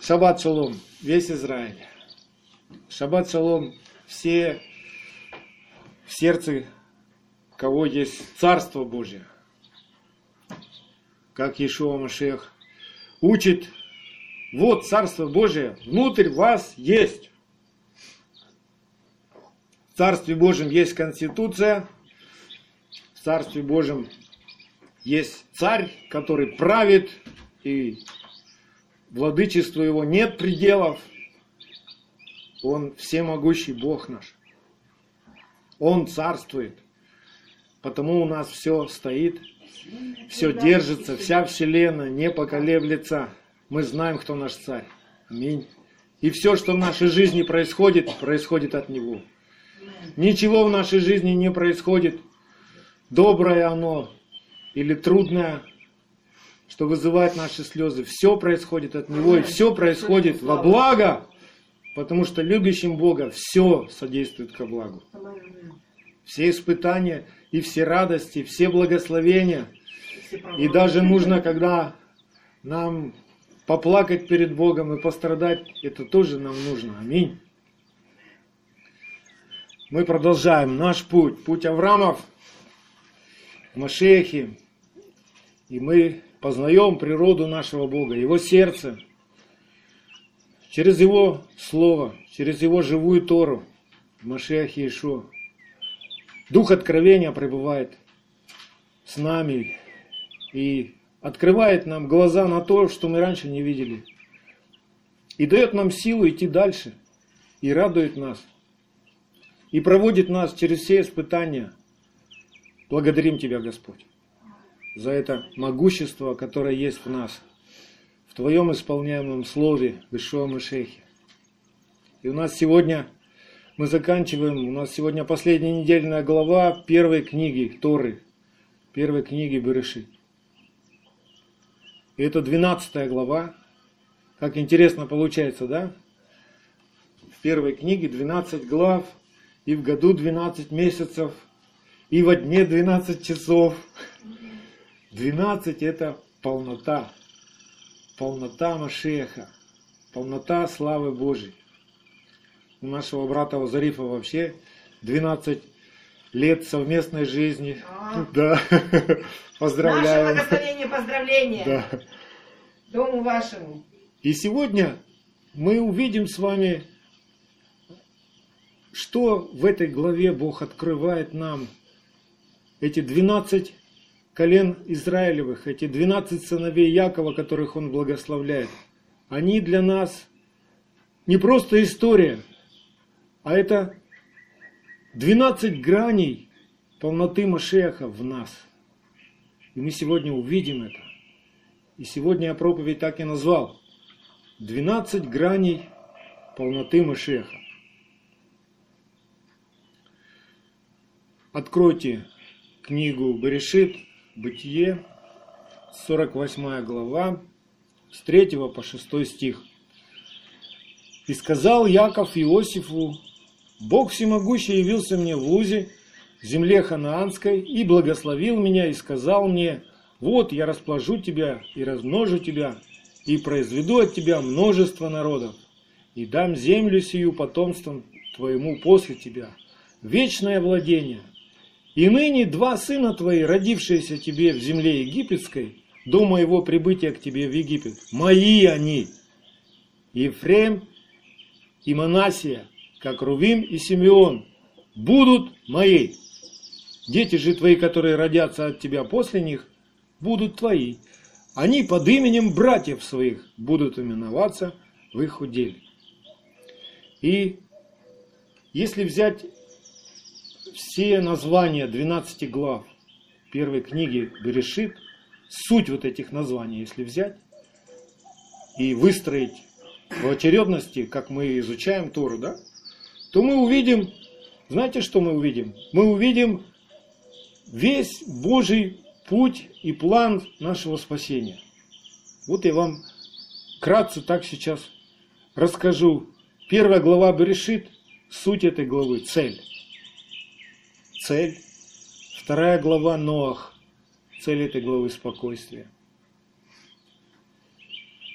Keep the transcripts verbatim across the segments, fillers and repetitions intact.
Шаббат шалом, весь Израиль. Шаббат шалом, все в сердце, у кого есть Царство Божие. Как Иешуа Машиах учит, вот Царство Божие внутрь вас есть. В Царстве Божьем есть Конституция, в Царстве Божьем есть Царь, который правит, и владычеству Его нет пределов. Он всемогущий Бог наш. Он царствует. Потому у нас все стоит, все держится, вся вселенная не поколеблется. Мы знаем, кто наш царь. Аминь. И все, что в нашей жизни происходит, происходит от Него. Ничего в нашей жизни не происходит, доброе оно или трудное, что вызывает наши слезы. Все происходит от Него, и все происходит во благо, потому что любящим Бога все содействует ко благу. Все испытания и все радости, все благословения. И даже нужно, когда нам поплакать перед Богом и пострадать, это тоже нам нужно. Аминь. Мы продолжаем наш путь, путь Авраамов в Машиахе. И мы познаем природу нашего Бога, Его сердце, через Его Слово, через Его живую Тору, в Машиахе Иешуа. Дух откровения пребывает с нами и открывает нам глаза на то, что мы раньше не видели. И дает нам силу идти дальше, и радует нас, и проводит нас через все испытания. Благодарим Тебя, Господь, за это могущество, которое есть в нас, в Твоем исполняемом Слове, в Иешуа Машиахе. И у нас сегодня, мы заканчиваем, у нас сегодня последняя недельная глава первой книги Торы, первой книги Берешит. И это двенадцатая глава. Как интересно получается, да? В первой книге двенадцать глав, и в году двенадцать месяцев, и во дне двенадцать часов. двенадцать это полнота. Полнота Машиаха. Полнота славы Божией. У нашего брата Озарифа вообще двенадцать лет совместной жизни. А, да. Поздравляю. Наше благословение, поздравления. Да. Дому вашему. И сегодня мы увидим с вами, что в этой главе Бог открывает нам. Эти двенадцать колен Израилевых, эти двенадцать сыновей Якова, которых Он благословляет, они для нас не просто история, а это двенадцать граней полноты Машиаха в нас. И мы сегодня увидим это. И сегодня я проповедь так и назвал. двенадцать граней полноты Машиаха. Откройте книгу Берешит, Бытие, сорок восьмая глава, с третьего по шестой стих. «И сказал Яков Иосифу: Бог всемогущий явился мне в Лузе, в земле ханаанской, и благословил меня, и сказал мне: вот я распложу тебя и размножу тебя, и произведу от тебя множество народов, и дам землю сию потомством твоему после тебя, вечное владение. И ныне два сына твои, родившиеся тебе в земле египетской, до моего прибытия к тебе в Египет, мои они, Ефрем и Манассия, как Рувим и Симеон, будут мои. Дети же твои, которые родятся от тебя после них, будут твои. Они под именем братьев своих будут именоваться в их уделе». И если взять все названия двенадцати глав первой книги Берешит, суть вот этих названий, если взять и выстроить в очередности, как мы изучаем Тору, да, то мы увидим, знаете, что мы увидим? Мы увидим весь Божий путь и план нашего спасения. Вот я вам вкратце так сейчас расскажу. Первая глава Берешит, суть этой главы, цель. Цель. Вторая глава Ноах, цель этой главы — спокойствие.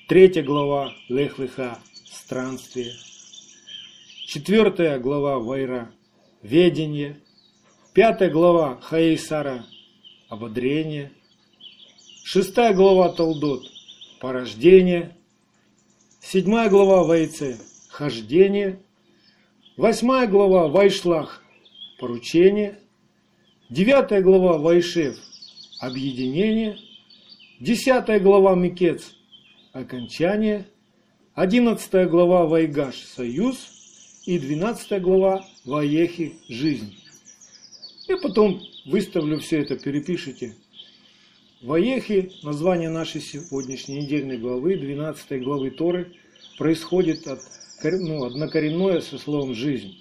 Третья глава Лех Леха странствие. Четвертая глава Вайра ведение. Пятая глава Хаейсара ободрение. Шестая глава Толдот порождение. Седьмая глава Вайце хождение. Восьмая глава Вайшлах поручение. Девятая глава Вайшев объединение. Десятая глава Микец окончание. Одиннадцатая глава Вайгаш союз. И двенадцатая глава Ваехи жизнь. Я потом выставлю все это, перепишите. Ваехи, название нашей сегодняшней недельной главы, двенадцатой главы Торы, происходит от, ну, однокоренное со словом «жизнь».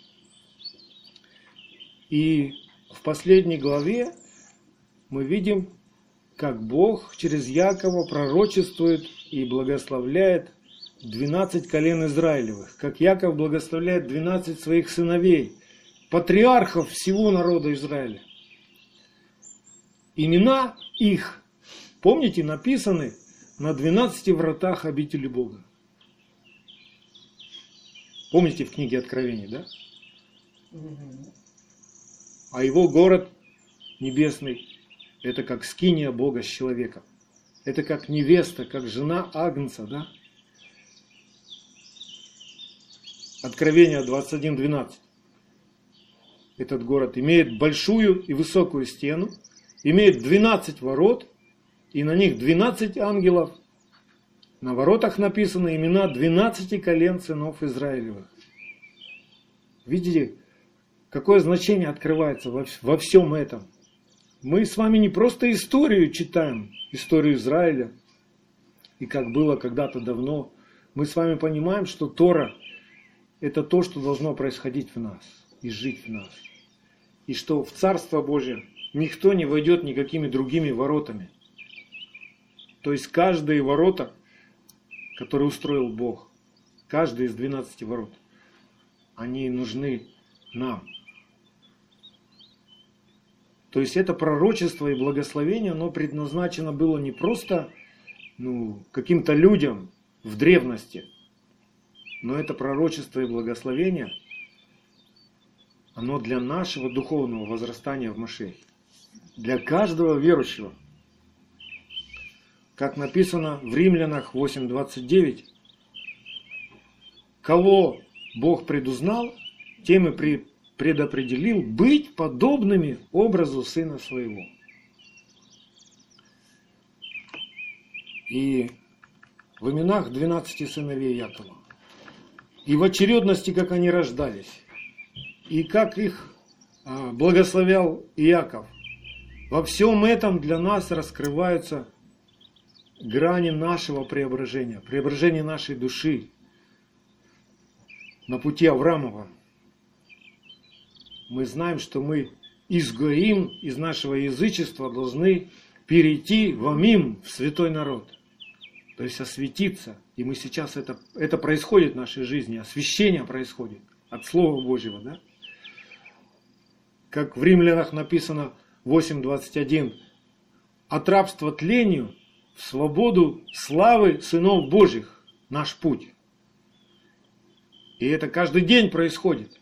И в последней главе мы видим, как Бог через Якова пророчествует и благословляет двенадцать колен Израилевых, как Яков благословляет двенадцать своих сыновей, патриархов всего народа Израиля. Имена их, помните, написаны на двенадцати вратах обители Бога. Помните в книге Откровения, да? А его город небесный – это как скиния Бога с человеком. Это как невеста, как жена Агнца, да? Откровение двадцать один двенадцать. Этот город имеет большую и высокую стену, имеет двенадцать ворот, и на них двенадцать ангелов. На воротах написаны имена двенадцати колен сынов Израилевых. Видите, какое значение открывается во, во всем этом? Мы с вами не просто историю читаем, историю Израиля, и как было когда-то давно. Мы с вами понимаем, что Тора – это то, что должно происходить в нас и жить в нас. И что в Царство Божие никто не войдет никакими другими воротами. То есть каждые ворота, которые устроил Бог, каждый из двенадцати ворот, они нужны нам. То есть это пророчество и благословение, оно предназначено было не просто ну, каким-то людям в древности, но это пророчество и благословение, оно для нашего духовного возрастания в Машиахе, для каждого верующего. Как написано в Римлянах восемь двадцать девять, кого Бог предузнал, тем и при предопределил быть подобными образу Сына Своего. И в именах двенадцати сыновей Якова, и в очередности, как они рождались, и как их а, благословлял Иаков, во всем этом для нас раскрываются грани нашего преображения, преображения нашей души на пути Авраамова. Мы знаем, что мы из Гоим, из нашего язычества должны перейти в Амим, в святой народ. То есть осветиться. И мы сейчас, это, это происходит в нашей жизни, освящение происходит от Слова Божьего. Да? Как в Римлянах написано восемь двадцать один, от рабства тлению в свободу славы сынов Божьих наш путь. И это каждый день происходит.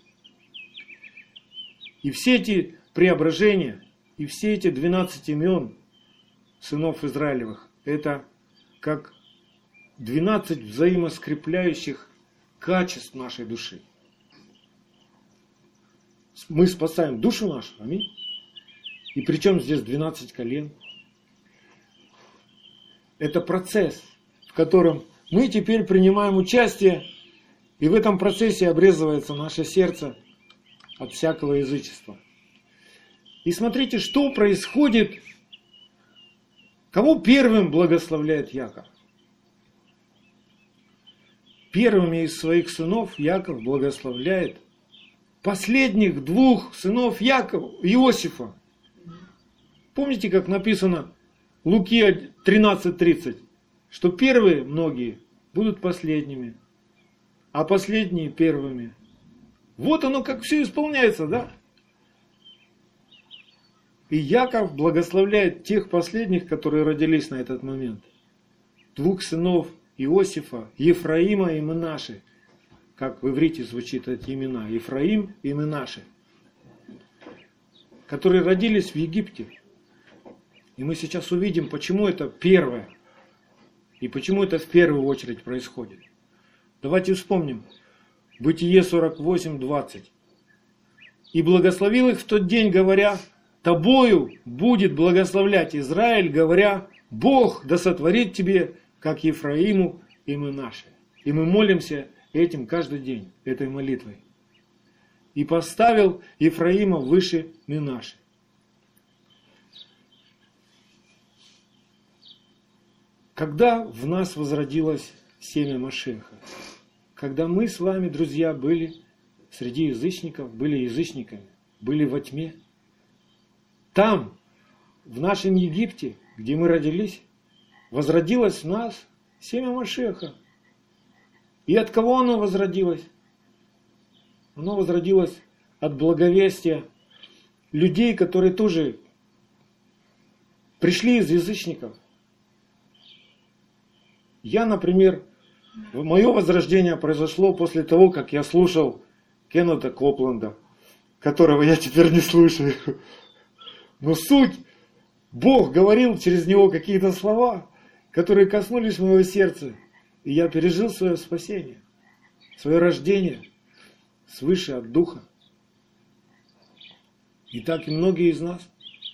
И все эти преображения, и все эти двенадцать имен сынов Израилевых, это как двенадцать взаимоскрепляющих качеств нашей души. Мы спасаем душу нашу, аминь. И причем здесь двенадцать колен. Это процесс, в котором мы теперь принимаем участие, и в этом процессе обрезывается наше сердце от всякого язычества. И смотрите, что происходит, кого первым благословляет Яков. Первыми из своих сынов Яков благословляет последних двух сынов Якова, Иосифа. Помните, как написано в Луки тринадцать тридцать, что первые многие будут последними, а последние первыми. Вот оно как все исполняется, да? И Яков благословляет тех последних, которые родились на этот момент. Двух сынов Иосифа, Ефраима и Менаше. Как в иврите звучат эти имена. Ефраим и Менаше. Которые родились в Египте. И мы сейчас увидим, почему это первое. И почему это в первую очередь происходит. Давайте вспомним. Бытие сорок восемь двадцать. «И благословил их в тот день, говоря, тобою будет благословлять Израиль, говоря, Бог да сотворит тебе, как Ефраиму и Менаше». И мы молимся этим каждый день, этой молитвой. «И поставил Ефраима выше Менаше». Когда в нас возродилось семя Машеха? Когда мы с вами, друзья, были среди язычников, были язычниками, были во тьме. Там, в нашем Египте, где мы родились, возродилось в нас семя Машеха. И от кого оно возродилось? Оно возродилось от благовестия людей, которые тоже пришли из язычников. Я, например, мое возрождение произошло после того, как я слушал Кеннета Копленда, которого я теперь не слушаю. Но суть, Бог говорил через него какие-то слова, которые коснулись моего сердца. И я пережил свое спасение, свое рождение свыше от Духа. И так и многие из нас.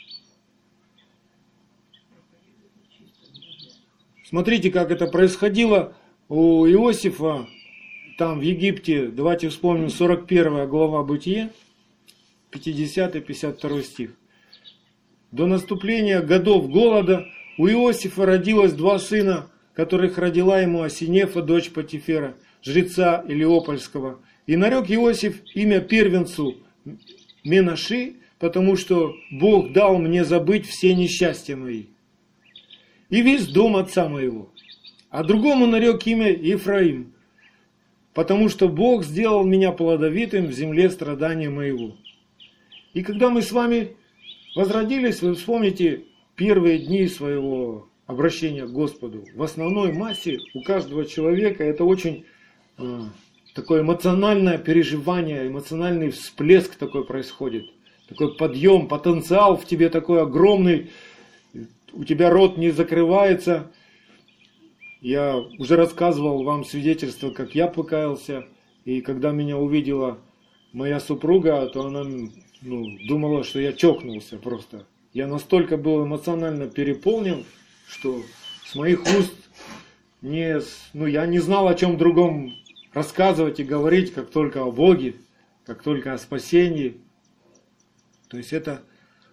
Смотрите, как это происходило у Иосифа там в Египте. Давайте вспомним сорок первая глава Бытие, пятидесятый пятьдесят второй стих. До наступления годов голода у Иосифа родилось два сына, которых родила ему Асинефа, дочь Потифера, жреца Илиопольского. И нарек Иосиф имя первенцу Менаши, потому что Бог дал мне забыть все несчастья мои и весь дом отца моего. А другому нарек имя Ефраим, потому что Бог сделал меня плодовитым в земле страдания моего. И когда мы с вами возродились, вы вспомните первые дни своего обращения к Господу. В основной массе у каждого человека это очень э, такое эмоциональное переживание, эмоциональный всплеск такой происходит. Такой подъем, потенциал в тебе такой огромный. У тебя рот не закрывается. Я уже рассказывал вам свидетельство, как я покаялся. И когда меня увидела моя супруга, то она ну, думала, что я чокнулся просто. Я настолько был эмоционально переполнен, что с моих уст не, ну, я не знал, о чем другом рассказывать и говорить, как только о Боге, как только о спасении. То есть это...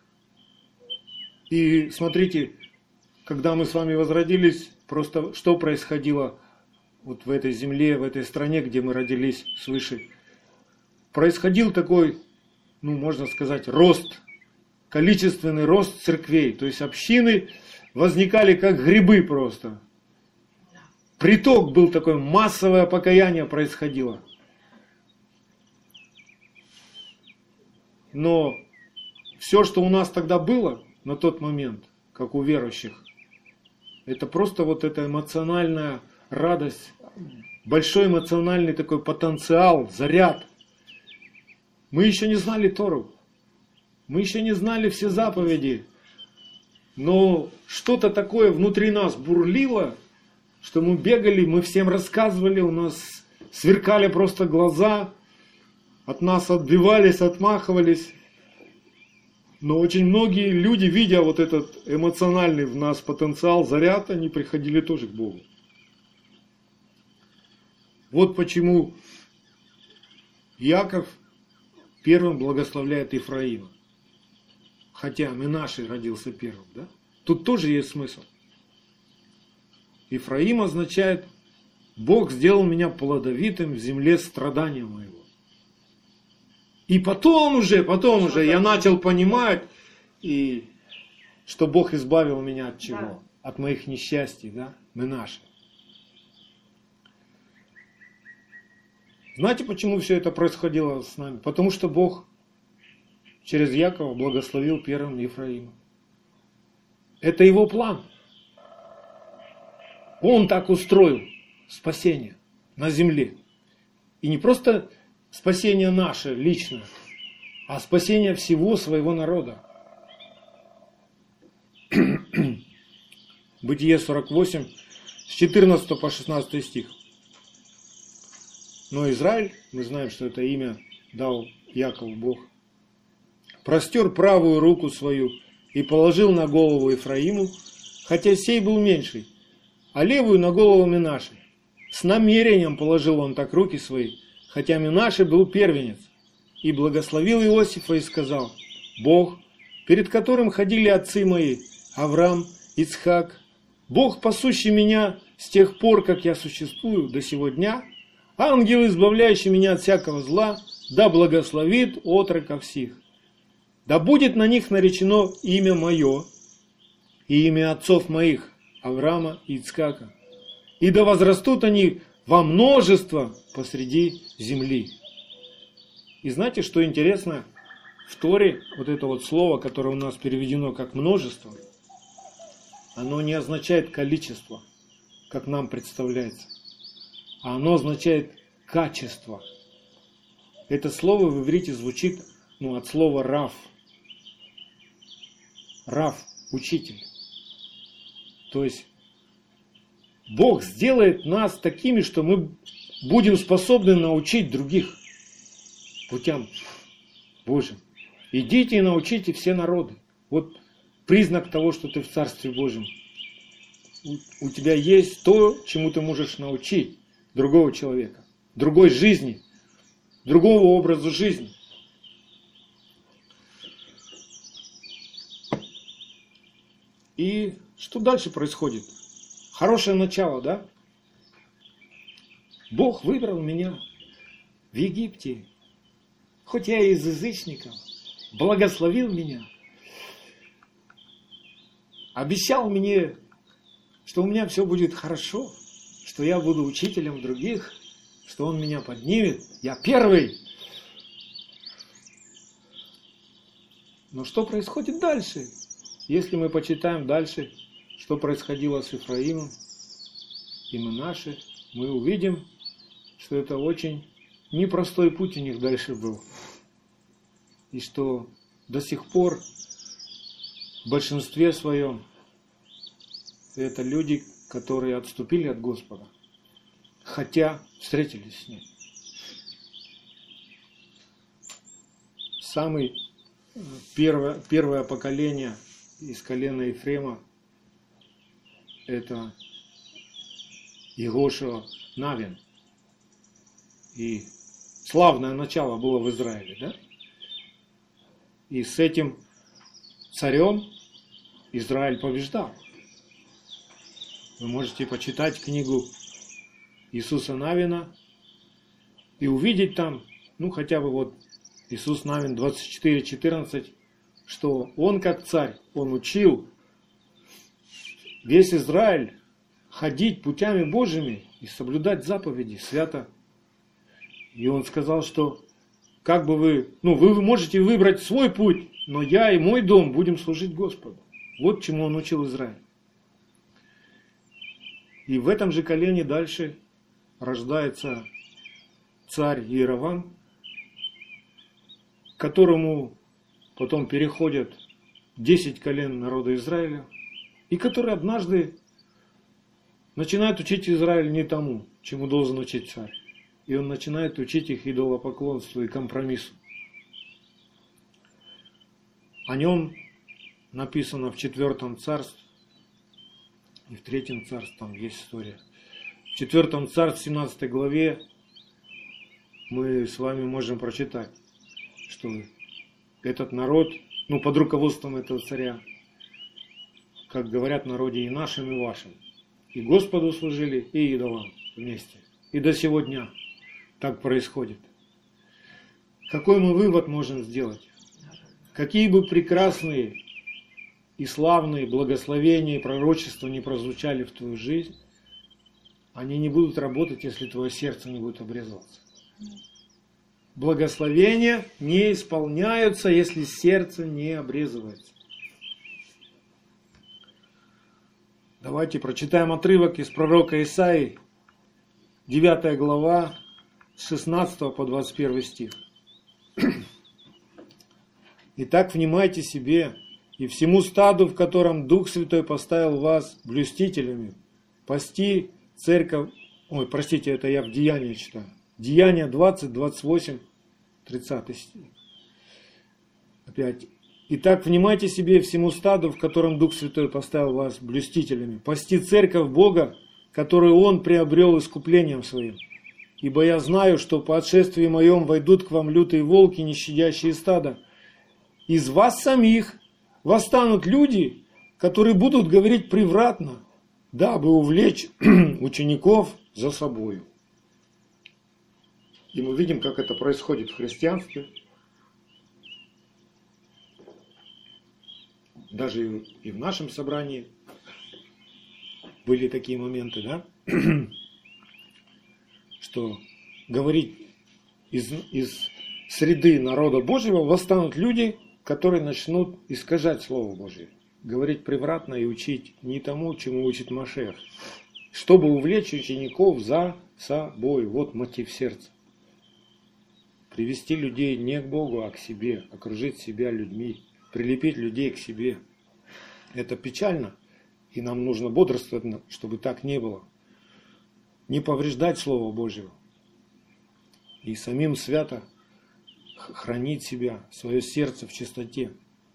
И смотрите, когда мы с вами возродились, просто что происходило вот в этой земле, в этой стране, где мы родились свыше. Происходил такой, ну можно сказать, рост, количественный рост церквей. То есть общины возникали как грибы просто. Приток был такой, массовое покаяние происходило. Но все, что у нас тогда было на тот момент, как у верующих, это просто вот эта эмоциональная радость, большой эмоциональный такой потенциал, заряд. Мы еще не знали Тору, мы еще не знали все заповеди, но что-то такое внутри нас бурлило, что мы бегали, мы всем рассказывали, у нас сверкали просто глаза, от нас отбивались, отмахивались. Но очень многие люди, видя вот этот эмоциональный в нас потенциал, заряд, они приходили тоже к Богу. Вот почему Иаков первым благословляет Ефраима. Хотя Менаше родился первым, да? Тут тоже есть смысл. Ефраим означает, Бог сделал меня плодовитым в земле страдания моего. И потом уже, потом уже я начал понимать, и, что Бог избавил меня от чего? Да. От моих несчастий, да? Менаше. Знаете, почему все это происходило с нами? Потому что Бог через Якова благословил первым Ефраима. Это его план. Он так устроил. спасение на земле. И не просто спасение наше личное, а спасение всего своего народа. Бытие сорок восемь, с четырнадцатого по шестнадцатый стих. Но Израиль, мы знаем, что это имя дал Якову Бог, простер правую руку свою и положил на голову Ефраиму, хотя сей был меньший, а левую на голову Менаше. С намерением положил он так руки свои, хотя Менаше был первенец, и благословил Иосифа и сказал: Бог, перед которым ходили отцы мои, Авраам, Ицхак, Бог, пасущий меня с тех пор, как я существую до сего дня, ангел, избавляющий меня от всякого зла, да благословит отроков сих. Да будет на них наречено имя мое и имя отцов моих, Авраама и Ицхака. И да возрастут они во множество посреди земли. И знаете, что интересно? В Торе вот это вот слово, которое у нас переведено как множество, оно не означает количество, как нам представляется, а оно означает качество. Это слово в иврите звучит ну, от слова «рав». Рав – учитель. То есть Бог сделает нас такими, что мы будем способны научить других путям Божьим. Идите и научите все народы. Вот признак того, что ты в Царстве Божьем. У тебя есть то, чему ты можешь научить другого человека, другой жизни, другого образа жизни. И что дальше происходит? Хорошее начало, да? Бог выбрал меня в Египте, хоть я и из язычников, благословил меня, обещал мне, что у меня все будет хорошо, что я буду учителем других, что Он меня поднимет, я первый. Но что происходит дальше? Если мы почитаем дальше, что происходило с Ефраимом и Менаше, мы увидим, что это очень непростой путь у них дальше был. И что до сих пор в большинстве своем это люди, которые отступили от Господа, хотя встретились с Ним. Самый первое, первое поколение из колена Ефрема это Егошуа Навин. И славное начало было в Израиле, да? И с этим царем Израиль побеждал. Вы можете почитать книгу Иисуса Навина и увидеть там, ну хотя бы вот Иисус Навин двадцать четыре четырнадцать, что он как царь, он учил весь Израиль ходить путями Божьими и соблюдать заповеди свято. И он сказал, что как бы вы, ну вы можете выбрать свой путь, но я и мой дом будем служить Господу. Вот чему он учил Израиль. И в этом же колене дальше рождается царь Иеровам, к которому потом переходят десять колен народа Израиля, и который однажды начинает учить Израиль не тому, чему должен учить царь. И он начинает учить их идолопоклонству и компромиссу. О нем написано в четвертом царстве, и в третьем царстве там есть история. В четвертом царстве, семнадцатой главе, мы с вами можем прочитать, что этот народ, ну под руководством этого царя, как говорят в народе, и нашим, и вашим, и Господу служили, и идолам вместе. И до сего дня так происходит. Какой мы вывод можем сделать? Какие бы прекрасные и славные благословения и пророчества не прозвучали в твою жизнь, они не будут работать, если твое сердце не будет обрезываться. Благословения не исполняются, если сердце не обрезывается. Давайте прочитаем отрывок из пророка Исаии, девятая глава, с шестнадцатого по двадцать первый стих. «Итак, внимайте себе и всему стаду, в котором Дух Святой поставил вас блюстителями, пасти церковь». Ой, простите, это я в Деяния читаю. Деяния двадцать, двадцать восемь, тридцатый стих. Опять. «Итак, внимайте себе и всему стаду, в котором Дух Святой поставил вас блюстителями, пасти церковь Бога, которую Он приобрел искуплением Своим. Ибо я знаю, что по отшествии моем войдут к вам лютые волки, не щадящие стада. Из вас самих восстанут люди, которые будут говорить превратно, дабы увлечь учеников за собою». И мы видим, как это происходит в христианстве. Даже и в нашем собрании были такие моменты, да? Что говорить из, из среды народа Божьего восстанут люди, которые начнут искажать Слово Божье, говорить превратно и учить не тому, чему учит Машиах, чтобы увлечь учеников за собой. Вот мотив сердца. Привести людей не к Богу, а к себе, окружить себя людьми, прилепить людей к себе. Это печально, и нам нужно бодрствовать, чтобы так не было. Не повреждать Слово Божьего. И самим свято хранить себя, свое сердце в чистоте.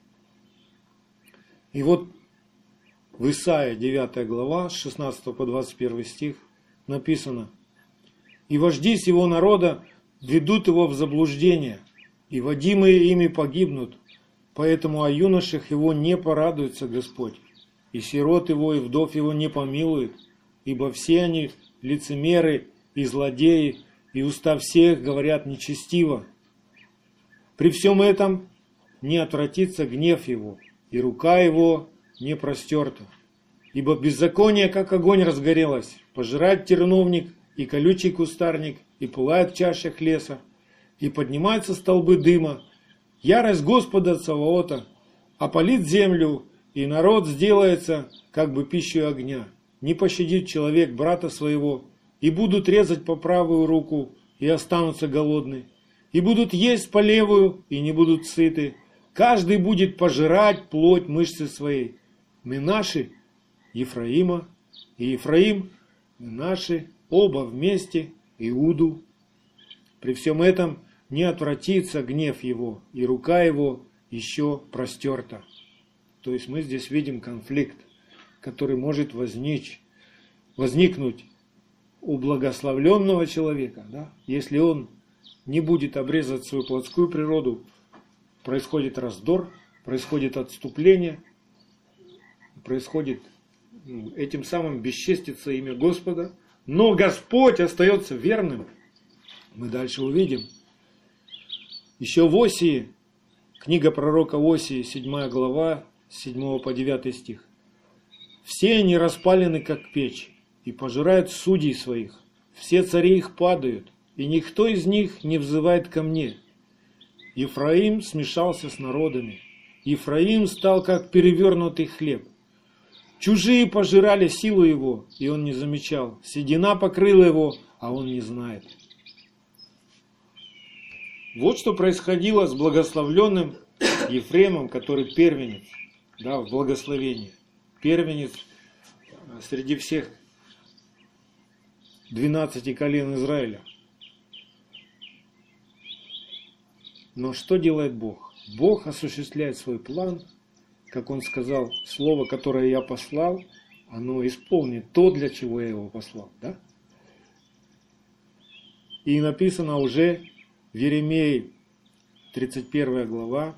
И вот в Исаии девятая глава, с шестнадцатого по двадцать первый стих написано: «И вожди сего народа ведут его в заблуждение, и водимые ими погибнут, поэтому о юношах его не порадуется Господь, и сирот его, и вдов его не помилует, ибо все они лицемеры и злодеи, и уста всех говорят нечестиво. При всем этом не отвратится гнев его, и рука его не простерта. Ибо беззаконие, как огонь, разгорелось, пожирает терновник и колючий кустарник, и пылает в чашах леса, и поднимаются столбы дыма. Ярость Господа Цаваота опалит землю, и народ сделается, как бы пищей огня. Не пощадит человек брата своего, и будут резать по правую руку, и останутся голодны, и будут есть по левую, и не будут сыты. Каждый будет пожирать плоть мышцы своей. Менаши Ефраима, и Ефраим Менаши, оба вместе Иуду. При всем этом не отвратится гнев его, и рука его еще простерта». То есть мы здесь видим конфликт, который может возникнуть, возникнуть у благословленного человека, да? Если он не будет обрезать свою плотскую природу, происходит раздор, происходит отступление, происходит, ну, этим самым бесчестится имя Господа, но Господь остается верным. Мы дальше увидим. Еще в Осии, книга пророка Осии, седьмая глава, с седьмого по девятый стих. «Все они распалены, как печь, и пожирают судей своих. Все цари их падают, и никто из них не взывает ко мне. Ефраим смешался с народами. Ефраим стал, как перевернутый хлеб. Чужие пожирали силу его, и он не замечал. Седина покрыла его, а он не знает». Вот что происходило с благословленным Ефремом, который первенец, да, в благословении. Первенец среди всех двенадцати колен Израиля. Но что делает Бог? Бог осуществляет свой план, как Он сказал, слово, которое я послал, оно исполнит то, для чего я его послал. Да? И написано уже в Иеремии тридцать первая глава,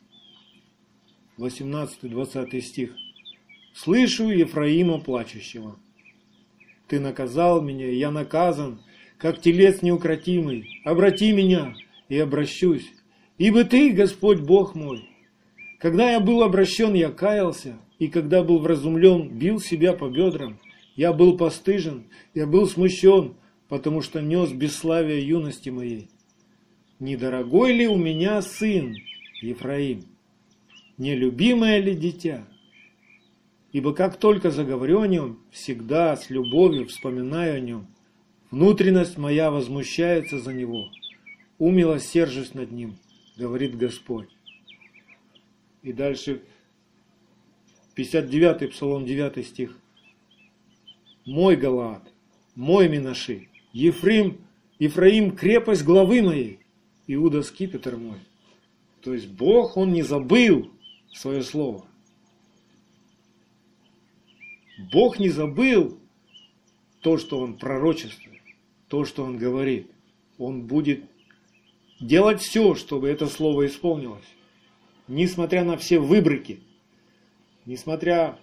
восемнадцатый-двадцатый стих. «Слышу Ефраима плачущего. Ты наказал меня, и я наказан, как телец неукротимый. Обрати меня, и обращусь. Ибо Ты, Господь Бог мой. Когда я был обращен, я каялся, и когда был вразумлен, бил себя по бедрам. Я был постыжен, я был смущен, потому что нес бесславие юности моей. Недорогой ли у меня сын, Ефраим? Нелюбимое ли дитя? Ибо как только заговорю о нем, всегда с любовью вспоминаю о нем. Внутренность моя возмущается за него. Умилосержусь над ним, говорит Господь. И дальше пятьдесят девятый Псалом, девятый стих. Мой Галаад, мой Минаши, Ефрим, Ефраим крепость главы моей, Иуда скипетр мой. То есть Бог, Он не забыл свое слово. Бог не забыл то, что Он пророчествует, то, что Он говорит. Он будет делать все, чтобы это слово исполнилось. Несмотря на все выбрыки, несмотря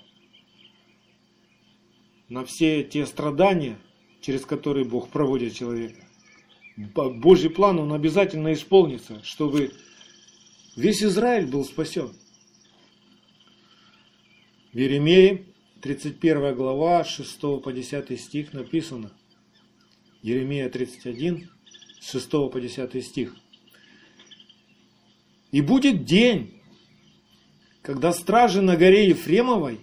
на все те страдания, через которые Бог проводит человека. Божий план, он обязательно исполнится, чтобы весь Израиль был спасен. В Иеремии, тридцать первая глава, с шестого по десятый стих написано. Иеремия тридцать один, с шестого по десятый стих. «И будет день, когда стражи на горе Ефремовой,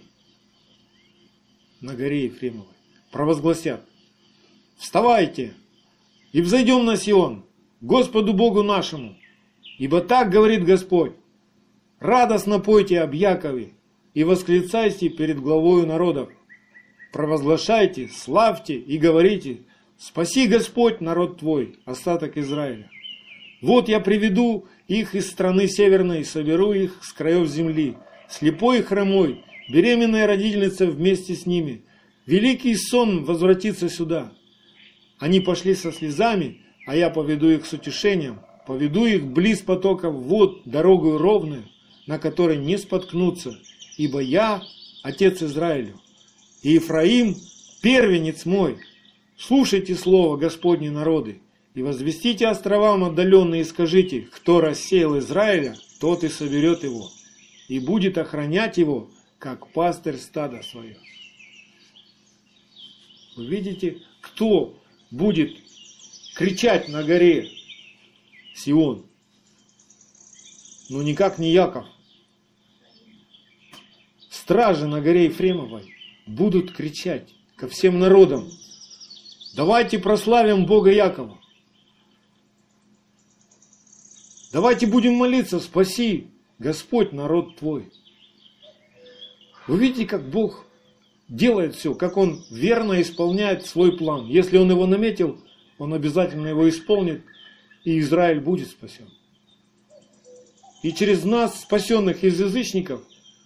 на горе Ефремовой, провозгласят: вставайте и взойдем на Сион, Господу Богу нашему, ибо так говорит Господь: радостно пойте об Якове и восклицайте перед главою народов, провозглашайте, славьте и говорите: спаси Господь народ твой, остаток Израиля. Вот я приведу их из страны северной, соберу их с краев земли, слепой и хромой, беременная родительница вместе с ними. Великий сон возвратится сюда. Они пошли со слезами, а я поведу их с утешением, поведу их близ потоков вод, дорогою ровную, на которой не споткнутся, ибо я отец Израилю, и Ефраим первенец мой. Слушайте слово Господне народы, и возвестите островам отдаленные, и скажите: кто рассеял Израиля, тот и соберет его, и будет охранять его, как пастырь стада свое». Вы видите, кто будет кричать на горе Сион? Ну никак не Яков. Стражи на горе Ефремовой будут кричать ко всем народам: давайте прославим Бога Якова. Давайте будем молиться: спаси Господь народ твой. Вы видите, как Бог делает все, как Он верно исполняет свой план. Если Он его наметил, Он обязательно его исполнит, и Израиль будет спасен. И через нас, спасенных из язычников,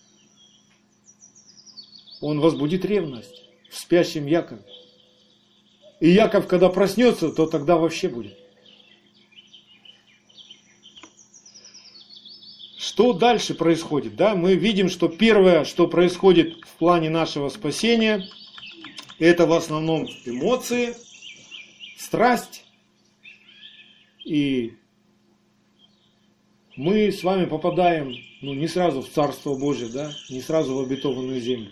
Он возбудит ревность в спящем Якове. И Яков, когда проснется, то тогда вообще будет. Что дальше происходит? Да, мы видим, что первое, что происходит в плане нашего спасения, это в основном эмоции, страсть. И мы с вами попадаем, ну, не сразу в Царство Божие, да, не сразу в обетованную землю.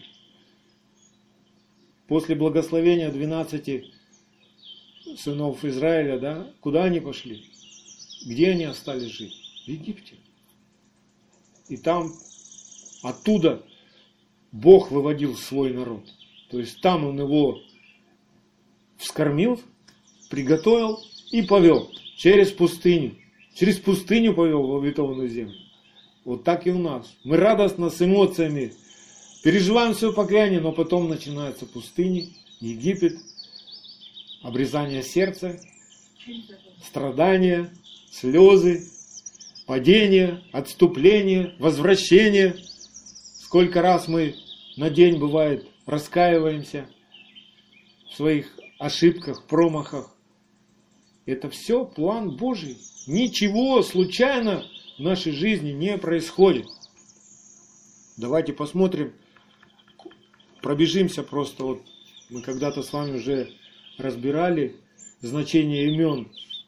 После благословения двенадцати сынов Израиля, да, куда они пошли? Где они остались жить? В Египте. И там, оттуда Бог выводил свой народ. То есть там Он его вскормил, приготовил и повел через пустыню. Через пустыню повел в обетованную землю. Вот так и у нас. Мы радостно с эмоциями переживаем свое покаяние, но потом начинаются пустыни, Египет, обрезание сердца, страдания, слезы, падение, отступление, возвращение. Сколько раз мы на день, бывает, раскаиваемся в своих ошибках, промахах. Это все план Божий. Ничего случайно в нашей жизни не происходит. Давайте посмотрим, пробежимся просто. Вот мы когда-то с вами уже разбирали значение имен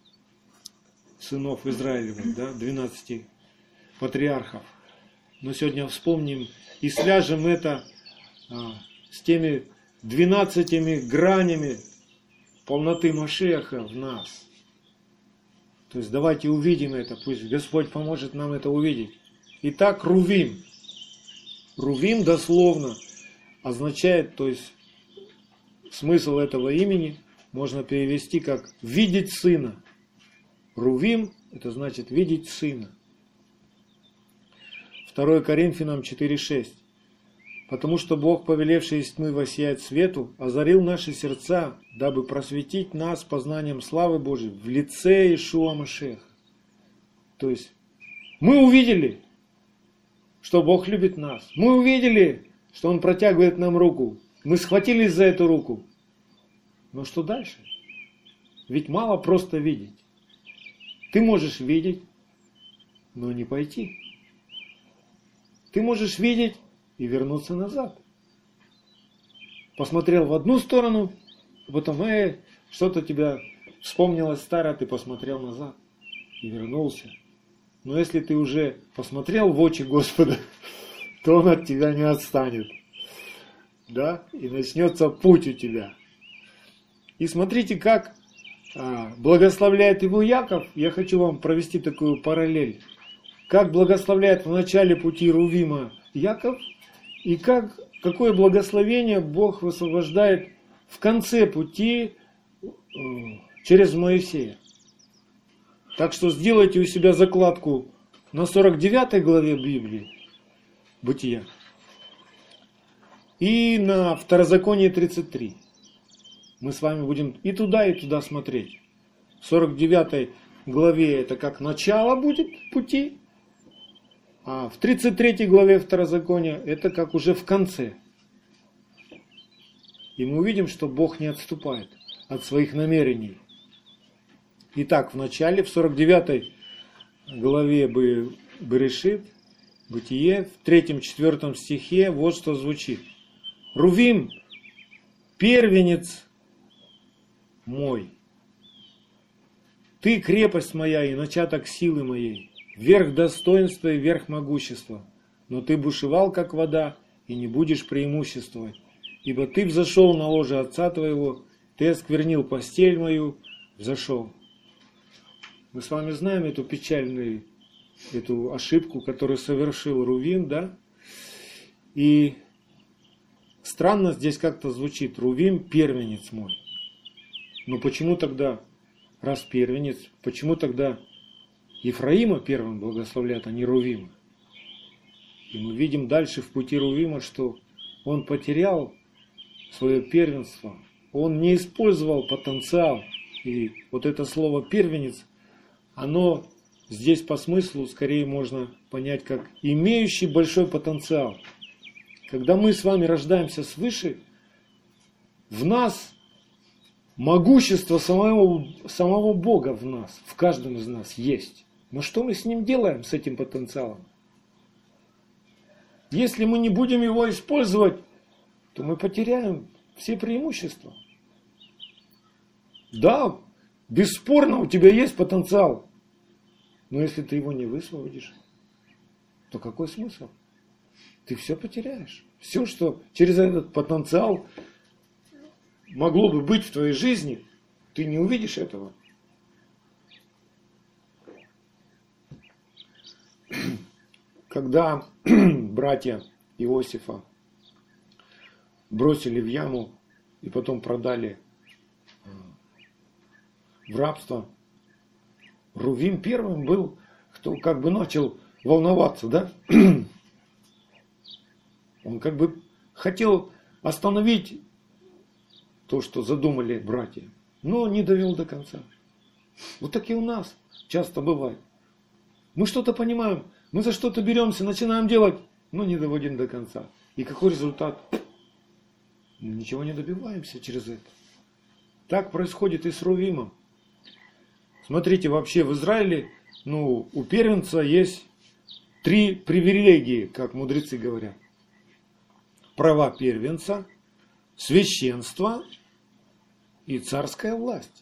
сынов Израилевых, да, двенадцати патриархов. Но сегодня вспомним и свяжем это а, с теми двенадцатими гранями полноты Машиаха в нас. То есть давайте увидим это, пусть Господь поможет нам это увидеть. Итак, Рувим. Рувим дословно означает, то есть смысл этого имени, можно перевести как «видеть сына». Рувим – это значит «видеть сына». второе Коринфянам четыре шесть. «Потому что Бог, повелевший из тьмы воссиять свету, озарил наши сердца, дабы просветить нас познанием славы Божией в лице Иешуа Машеха». То есть мы увидели, что Бог любит нас. Мы увидели, что Он протягивает нам руку. Мы схватились за эту руку. Но что дальше? Ведь мало просто видеть. Ты можешь видеть, но не пойти. Ты можешь видеть и вернуться назад. Посмотрел в одну сторону, а потом э, что-то тебя вспомнилось старое, ты посмотрел назад и вернулся. Но если ты уже посмотрел в очи Господа, то Он от тебя не отстанет. Да? И начнется путь у тебя. И смотрите, как а, благословляет его Яков. Я хочу вам провести такую параллель. Как благословляет в начале пути Рувима Яков, и как, какое благословение Бог высвобождает в конце пути э, через Моисея. Так что сделайте у себя закладку на сорок девятой главе Библии, Бытия, и на Второзаконие тридцать три. Мы с вами будем и туда, и туда смотреть. В сорок девятой главе это как начало будет пути, а в тридцать третьей главе Второзакония это как уже в конце. И мы увидим, что Бог не отступает от своих намерений. Итак, в начале, в сорок девятой главе Берешит, Бытие, в третьем-четвертом стихе вот что звучит. «Рувим, первенец мой, ты крепость моя и начаток силы моей, верх достоинства и верх могущества, но ты бушевал, как вода, и не будешь преимуществовать, ибо ты взошел на ложе отца твоего, ты осквернил постель мою, взошел». Мы с вами знаем эту печальную, эту ошибку, которую совершил Рувим, да? И странно здесь как-то звучит: Рувим первенец мой. Но почему тогда, раз первенец, почему тогда Ефраима первым благословляют, а не Рувима? И мы видим дальше в пути Рувима, что он потерял свое первенство, он не использовал потенциал. И вот это слово первенец, оно здесь по смыслу скорее можно понять как имеющий большой потенциал. Когда мы с вами рождаемся свыше, в нас могущество самого, самого Бога в нас, в каждом из нас есть. Но что мы с ним делаем, с этим потенциалом? Если мы не будем его использовать, то мы потеряем все преимущества. Да, бесспорно, у тебя есть потенциал. Но если ты его не высвободишь, то какой смысл? Ты все потеряешь. Все, что через этот потенциал могло бы быть в твоей жизни, ты не увидишь этого. Когда братья Иосифа бросили в яму и потом продали в рабство, Рувим первым был, кто как бы начал волноваться, да? Он как бы хотел остановить то, что задумали братья, но не довел до конца. Вот так и у нас часто бывает. Мы что-то понимаем, мы за что-то беремся, начинаем делать, но не доводим до конца. И какой результат? Мы ничего не добиваемся через это. Так происходит и с Рувимом. Смотрите, вообще в Израиле, ну, у первенца есть три привилегии, как мудрецы говорят. Права первенца, священство и царская власть.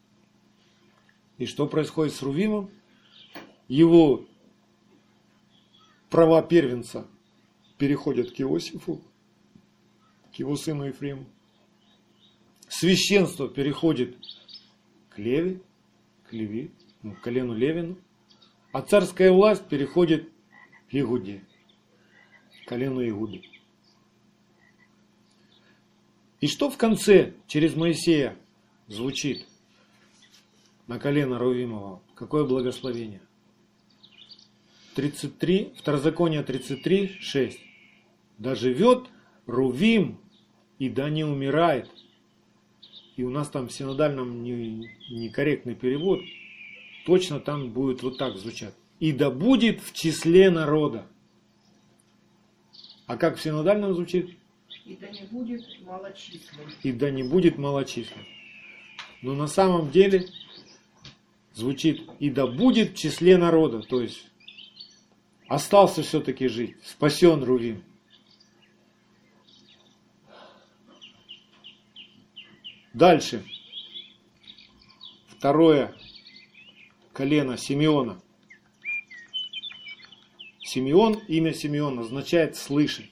И что происходит с Рувимом? Его права первенца переходят к Иосифу, к его сыну Ефрему. Священство переходит к Леви, к Леви, ну, к колену Левину. А царская власть переходит к Иуде, к колену Иуды. И что в конце, через Моисея, звучит на колено Рувимова, какое благословение? тридцать три, Второзаконие тридцать три, шесть. Да живет Рувим и да не умирает. И у нас там в синодальном некорректный перевод. Точно там будет вот так звучать. И да будет в числе народа. А как в синодальном звучит? И да не будет малочислен. И да не будет малочислен. Но на самом деле звучит и да будет в числе народа. То есть остался все-таки жить. Спасен Рувим. Дальше. Второе колено Симеона. Симеон, имя Симеон означает слышать.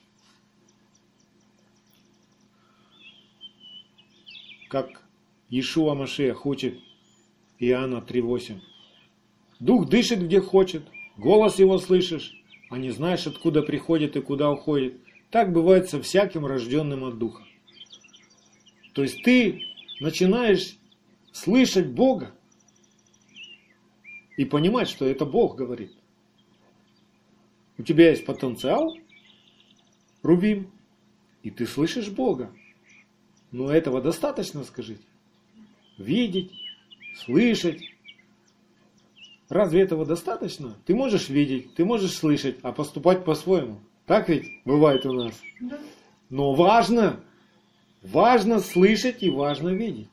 Как Иешуа Машиах хочет Иоанна три восемь. Дух дышит где хочет, голос его слышишь, а не знаешь, откуда приходит и куда уходит. Так бывает со всяким рожденным от Духа. То есть ты начинаешь слышать Бога и понимать, что это Бог говорит. У тебя есть потенциал, Рувим, и ты слышишь Бога. Но этого достаточно, скажите? Видеть, слышать. Разве этого достаточно? Ты можешь видеть, ты можешь слышать, а поступать по-своему. Так ведь бывает у нас? Да. Но важно, важно слышать и важно видеть.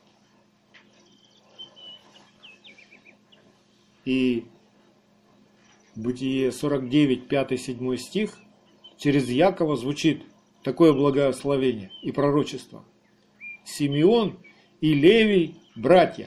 И Бытие сорок девять, пятый-седьмой стих, через Якова звучит такое благословение и пророчество. Симеон и Левий братья.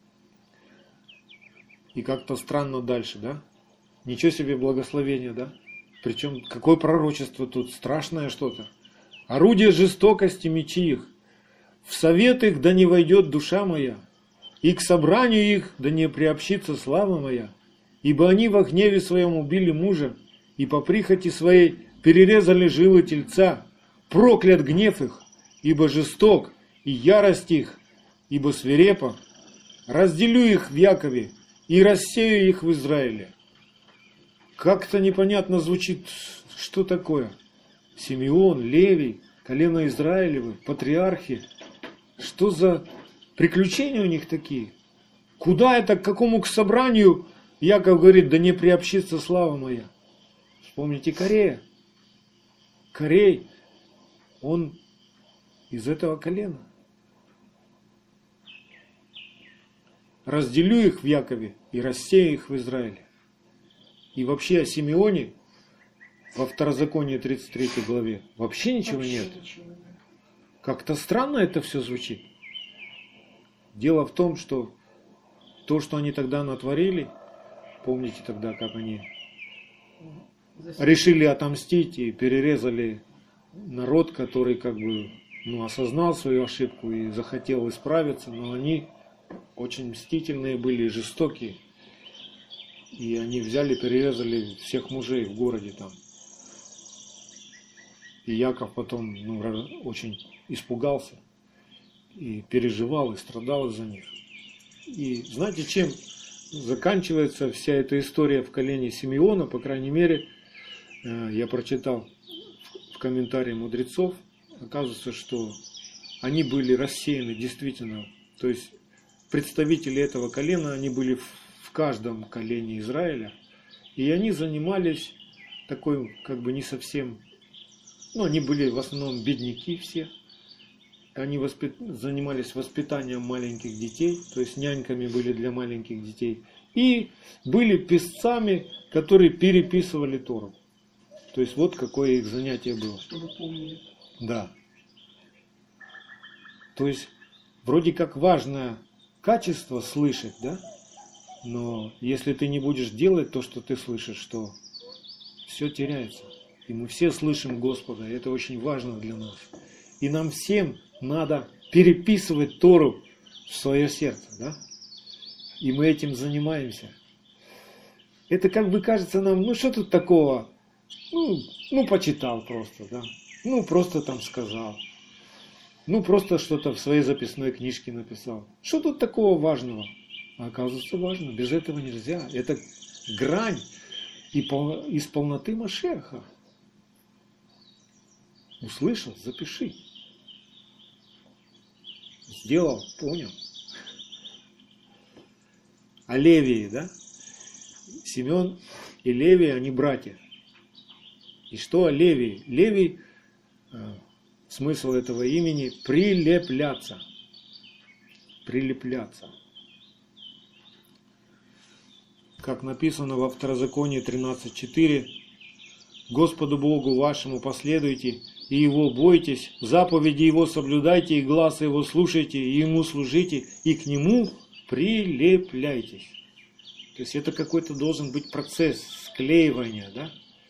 И как-то странно дальше, да? Ничего себе благословение, да? Причем какое пророчество тут, страшное что-то. Орудие жестокости мечи их. В совет их да не войдет душа моя, и к собранию их да не приобщится слава моя. Ибо они во гневе своем убили мужа, и по прихоти своей перерезали жилы тельца. Проклят гнев их, ибо жесток, и ярость их, ибо свирепа. Разделю их в Якове, и рассею их в Израиле. Как-то непонятно звучит, что такое. Симеон, Левий, колено Израилевы, патриархи. Что за приключения у них такие? Куда это, к какому к собранию? Яков говорит, да не приобщится слава моя. Вспомните Корея. Корей, он из этого колена. Разделю их в Якове и рассею их в Израиле. И вообще о Симеоне во Второзаконии тридцать третьей главе вообще ничего Вообще нет. ничего нет. Как-то странно это все звучит. Дело в том, что то, что они тогда натворили, помните тогда, как они решили отомстить и перерезали народ, который как бы ну, осознал свою ошибку и захотел исправиться, но они очень мстительные были и жестокие. И они взяли, перерезали всех мужей в городе там. И Яков потом ну, очень испугался и переживал, и страдал из-за них. И знаете, чем заканчивается вся эта история в колене Симеона, по крайней мере, я прочитал в комментарии мудрецов, оказывается, что они были рассеяны действительно, то есть представители этого колена, они были в каждом колене Израиля, и они занимались такой, как бы не совсем, ну, они были в основном бедняки все, они воспит... занимались воспитанием маленьких детей, то есть няньками были для маленьких детей, и были писцами, которые переписывали Тору. То есть вот какое их занятие было. Чтобы помнили. Да. То есть вроде как важное качество слышать, да? Но если ты не будешь делать то, что ты слышишь, то все теряется. И мы все слышим Господа, и это очень важно для нас. И нам всем надо переписывать Тору в свое сердце, да? И мы этим занимаемся. Это как бы кажется нам, ну что тут такого? Ну, ну почитал просто, да? Ну просто там сказал. Ну, просто что-то в своей записной книжке написал. Что тут такого важного? А оказывается, важно. Без этого нельзя. Это грань и пол... из полноты Машеха. Услышал? Запиши. Сделал? Понял. А Левии, да? Симеон и Левий, они братья. И что Левий? Левий, э, смысл этого имени, прилепляться. Прилепляться. Как написано во Второзаконии тринадцать четыре, Господу Богу вашему последуйте, и Его бойтесь, заповеди Его соблюдайте, и глаза Его слушайте, и Ему служите, и к Нему прилепляйтесь. То есть это какой-то должен быть процесс склеивания, да?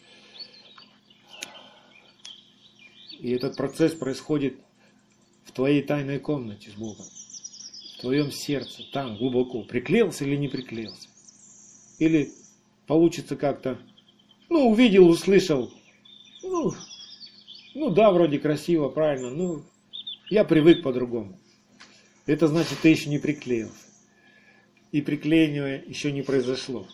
И этот процесс происходит в твоей тайной комнате с Богом, в твоем сердце, там глубоко. Приклеился или не приклеился? Или получится как-то, ну, увидел, услышал, ну, ну да, вроде красиво, правильно, ну, я привык по-другому. Это значит, ты еще не приклеился. И приклеивание еще не произошло.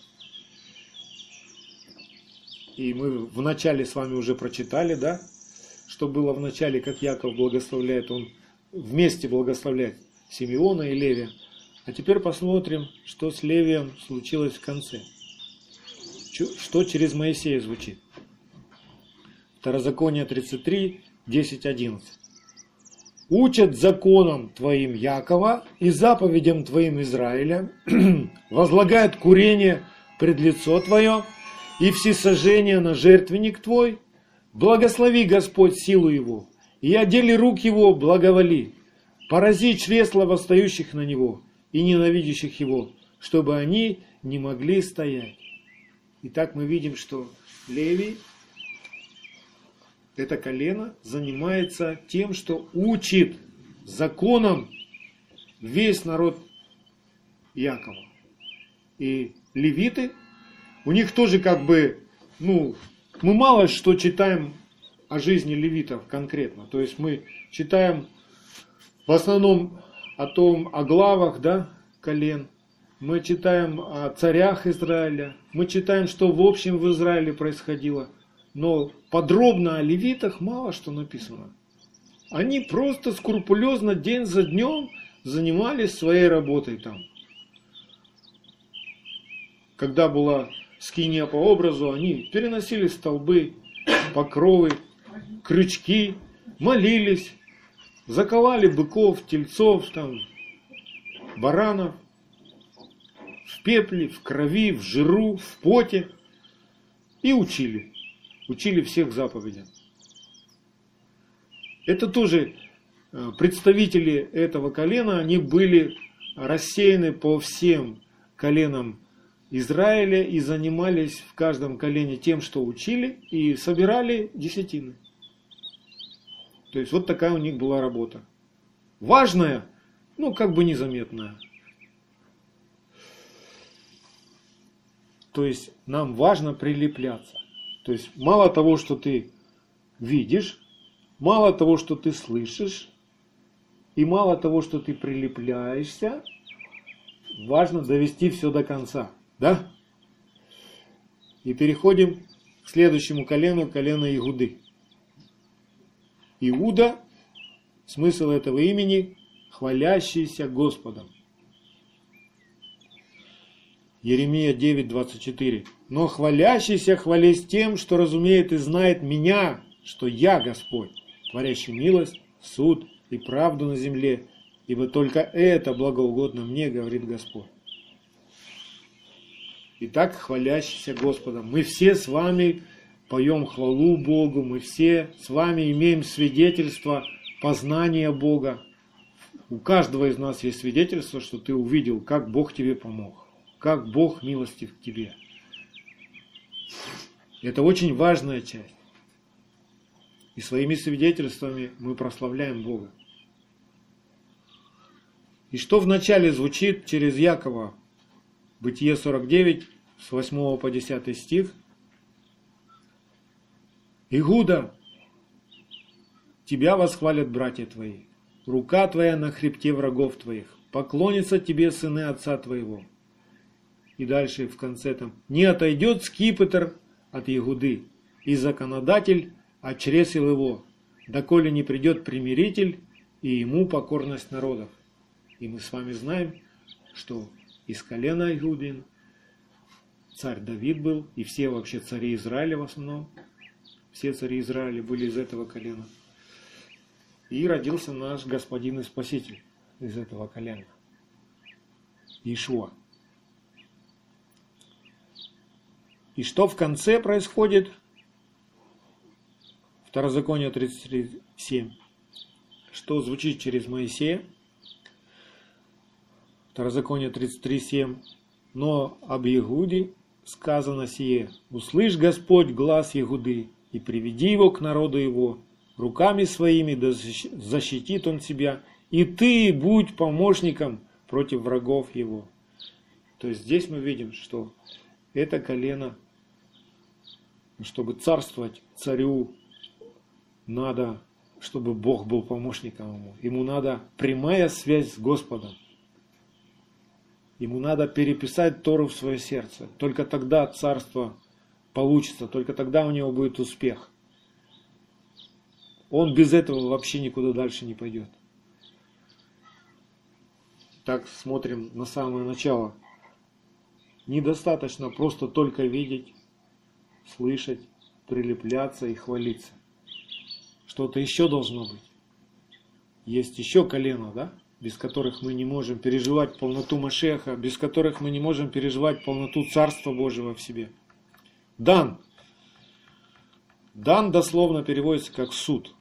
И мы вначале с вами уже прочитали, да, что было в начале, как Яков благословляет, он вместе благословляет Симеона и Левия. А теперь посмотрим, что с Левием случилось в конце. Что через Моисея звучит. Второзаконие тридцать три, десять, одиннадцать. Учат законам твоим Якова и заповедям твоим Израиля, возлагают курение пред лицо твое и всесожжение на жертвенник твой. Благослови Господь силу его, и отдели рук его благоволи. Порази чресла восстающих на него и ненавидящих его, чтобы они не могли стоять. Итак, мы видим, что Левий, это колено, занимается тем, что учит законам весь народ Якова. И левиты, у них тоже как бы, ну, мы мало что читаем о жизни левитов конкретно. То есть мы читаем в основном о том, о главах, да, колен. Мы читаем о царях Израиля. Мы читаем, что в общем в Израиле происходило. Но подробно о левитах мало что написано. Они просто скрупулезно день за днем занимались своей работой там. Когда была скиния по образу, они переносили столбы, покровы, крючки, молились, заковали быков, тельцов, там, баранов в пепле, в крови, в жиру, в поте и учили. Учили всех заповедям. Это тоже представители этого колена, они были рассеяны по всем коленам Израиля и занимались в каждом колене тем, что учили, и собирали десятины. То есть вот такая у них была работа. Важная, ну как бы незаметная. То есть нам важно прилепляться. То есть мало того, что ты видишь, мало того, что ты слышишь, и мало того, что ты прилепляешься, важно довести все до конца. Да? И переходим к следующему колену, колено Иуды. Иуда, смысл этого имени, хвалящийся Господом. Еремия девять, двадцать четыре. Но хвалящийся хвались тем, что разумеет и знает меня, что я Господь, творящий милость, суд и правду на земле, ибо только это благоугодно мне, говорит Господь. Итак, хвалящийся Господом. Мы все с вами поем хвалу Богу, мы все с вами имеем свидетельство познания Бога. У каждого из нас есть свидетельство, что ты увидел, как Бог тебе помог, как Бог милостив к тебе. Это очень важная часть. И своими свидетельствами мы прославляем Бога. И что вначале звучит через Якова? Бытие сорок девять, с восьмого по десятый стих. Иуда, тебя восхвалят братья твои. рука твоя на хребте врагов твоих, поклонятся тебе сыны отца твоего. И дальше в конце там, не отойдет скипетр от Егуды, и законодатель от чресел его, доколе не придет примиритель, и ему покорность народов. И мы с вами знаем, что из колена Иудин царь Давид был, и все вообще цари Израиля в основном, все цари Израиля были из этого колена. И родился наш Господин и Спаситель из этого колена, Иешуа. И что в конце происходит? Второзаконие тридцать три семь. Что звучит через Моисея? Второзаконие тридцать три семь. Но об Егуде сказано сие: услышь, Господь, глас Егуды, и приведи его к народу его. Руками своими да защитит он себя, и ты будь помощником против врагов его. То есть здесь мы видим, что это колено, чтобы царствовать царю, надо, чтобы Бог был помощником ему. Ему надо прямая связь с Господом. Ему надо переписать Тору в свое сердце. Только тогда царство получится, только тогда у него будет успех. Он без этого вообще никуда дальше не пойдет. Так, смотрим на самое начало. Недостаточно просто только видеть, слышать, прилепляться и хвалиться. Что-то еще должно быть. Есть еще колено, да? Без которых мы не можем переживать полноту Машеха, без которых мы не можем переживать полноту Царства Божьего в себе. Дан. Дан дословно переводится как суд.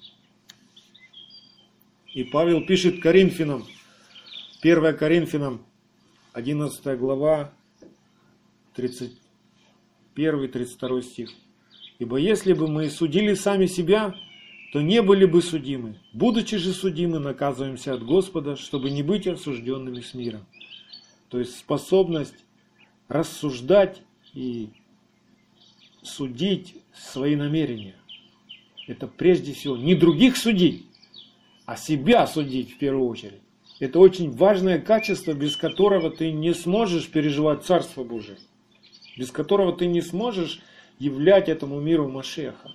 И Павел пишет Коринфянам, первое Коринфянам, одиннадцатая глава, тридцать первый тридцать второй стих. Ибо если бы мы судили сами себя, то не были бы судимы. Будучи же судимы, наказываемся от Господа, чтобы не быть осужденными с миром. То есть способность рассуждать и судить свои намерения. Это прежде всего не других судить, а себя судить в первую очередь. Это очень важное качество, без которого ты не сможешь переживать Царство Божие. Без которого ты не сможешь являть этому миру Машеха.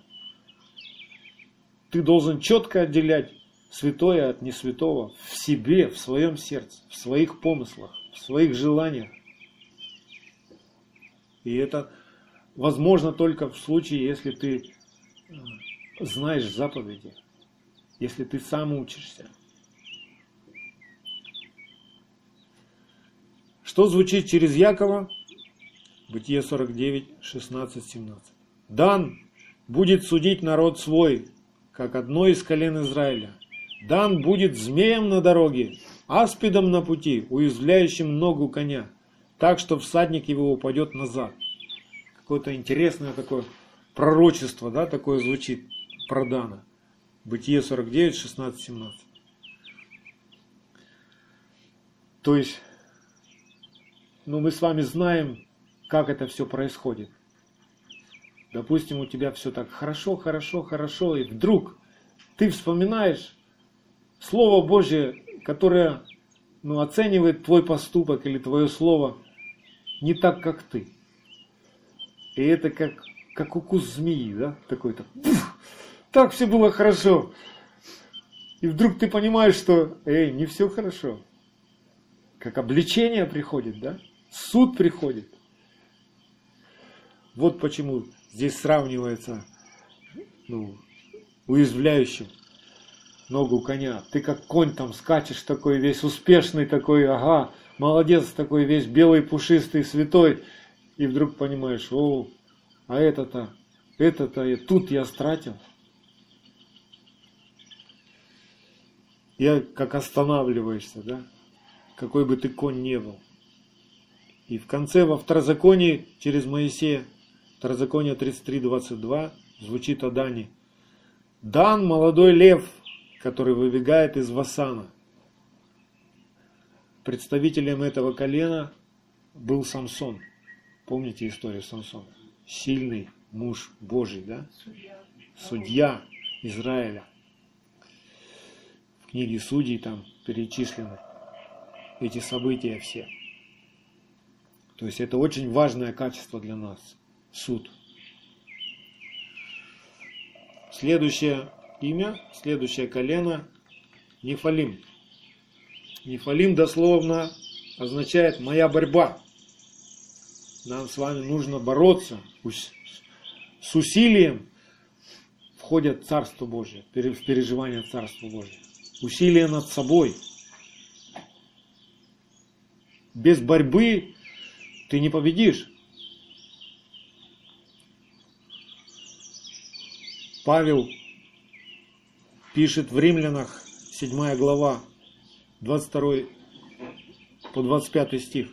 Ты должен четко отделять святое от несвятого в себе, в своем сердце, в своих помыслах, в своих желаниях. И это возможно только в случае, если ты знаешь заповеди, если ты сам учишься. Что звучит через Якова? Бытие сорок девять, шестнадцать, семнадцать. Дан будет судить народ свой, как одно из колен Израиля. Дан будет змеем на дороге, аспидом на пути, уязвляющим ногу коня, так что всадник его упадет назад. Какое-то интересное такое пророчество, да, такое звучит про Дана. Бытие сорок девять, шестнадцать, семнадцать. То есть, ну, мы с вами знаем, как это все происходит. Допустим, у тебя все так хорошо, хорошо, хорошо, и вдруг ты вспоминаешь Слово Божье, которое, ну, оценивает твой поступок или твое слово не так, как ты. И это как, как укус змеи, да, такой-то. Так все было хорошо. И вдруг ты понимаешь, что, эй, не все хорошо. Как обличение приходит, да? Суд приходит. Вот почему здесь сравнивается, ну, уязвляющим ногу коня. Ты как конь там скачешь, такой весь успешный, такой, ага, молодец, такой весь белый, пушистый, святой. И вдруг понимаешь, о, а это-то, это-то, и тут я стратил. Я как останавливаешься, да? Какой бы ты конь не был. И в конце, во Второзаконии, через Моисея, Второзаконие тридцать три, двадцать два, звучит о Дане. Дан, молодой лев, который выбегает из Васана. Представителем этого колена был Самсон. Помните историю Самсона? Сильный муж Божий, да? Судья. Судья Израиля. В книге Судей там перечислены эти события все. То есть это очень важное качество для нас. Суд. Следующее имя, следующее колено – Нефалим. Нефалим дословно означает «моя борьба». Нам с вами нужно бороться с усилием. Входят в Царство Божие, в переживание Царства Божия. Усилие над собой. Без борьбы ты не победишь. Павел пишет в Римлянах, седьмая глава, двадцать второй по двадцать пятый стих.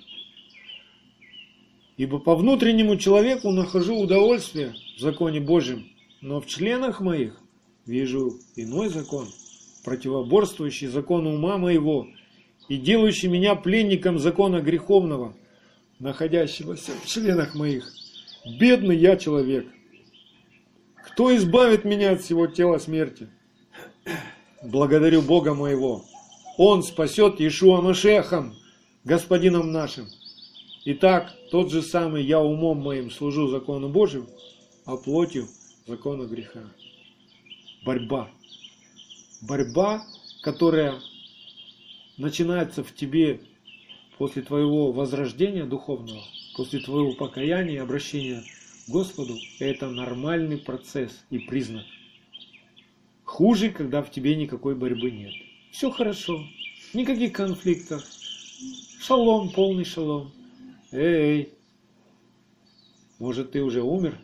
«Ибо по внутреннему человеку нахожу удовольствие в законе Божьем, но в членах моих вижу иной закон, противоборствующий закону ума моего и делающий меня пленником закона греховного, находящегося в членах моих. Бедный я человек! Кто избавит меня от всего тела смерти? Благодарю Бога моего. Он спасет Иешуа Машиахом, Господином нашим. Итак, тот же самый я умом моим служу закону Божию, а плотью закону греха». Борьба. Борьба, которая начинается в тебе после твоего возрождения духовного, после твоего покаяния и обращения к Господу, это нормальный процесс и признак. Хуже, когда в тебе никакой борьбы нет. Все хорошо, никаких конфликтов. Шалом, полный шалом. Эй, может, ты уже умер?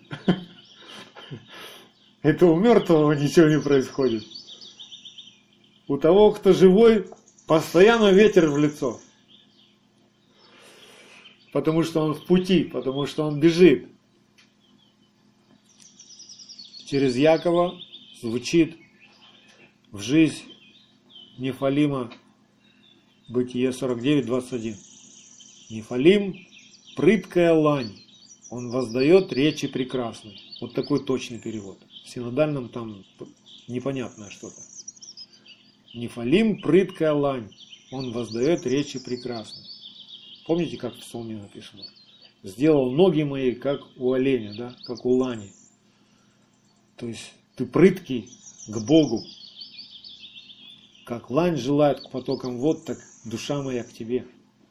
Это у мертвого ничего не происходит. У того, кто живой, постоянно ветер в лицо. Потому что он в пути, потому что он бежит. Через Якова звучит в жизнь Нефалима Бытие сорок девять, двадцать один. Нефалим – прыткая лань, он воздает речи прекрасные. Вот такой точный перевод. В синодальном там непонятное что-то. Нефалим – прыткая лань, он воздает речи прекрасные. Помните, как в псалме написано? Сделал ноги мои, как у оленя, да? Как у лани. То есть ты прыткий к Богу. Как лань желает к потокам вод, так душа моя к тебе.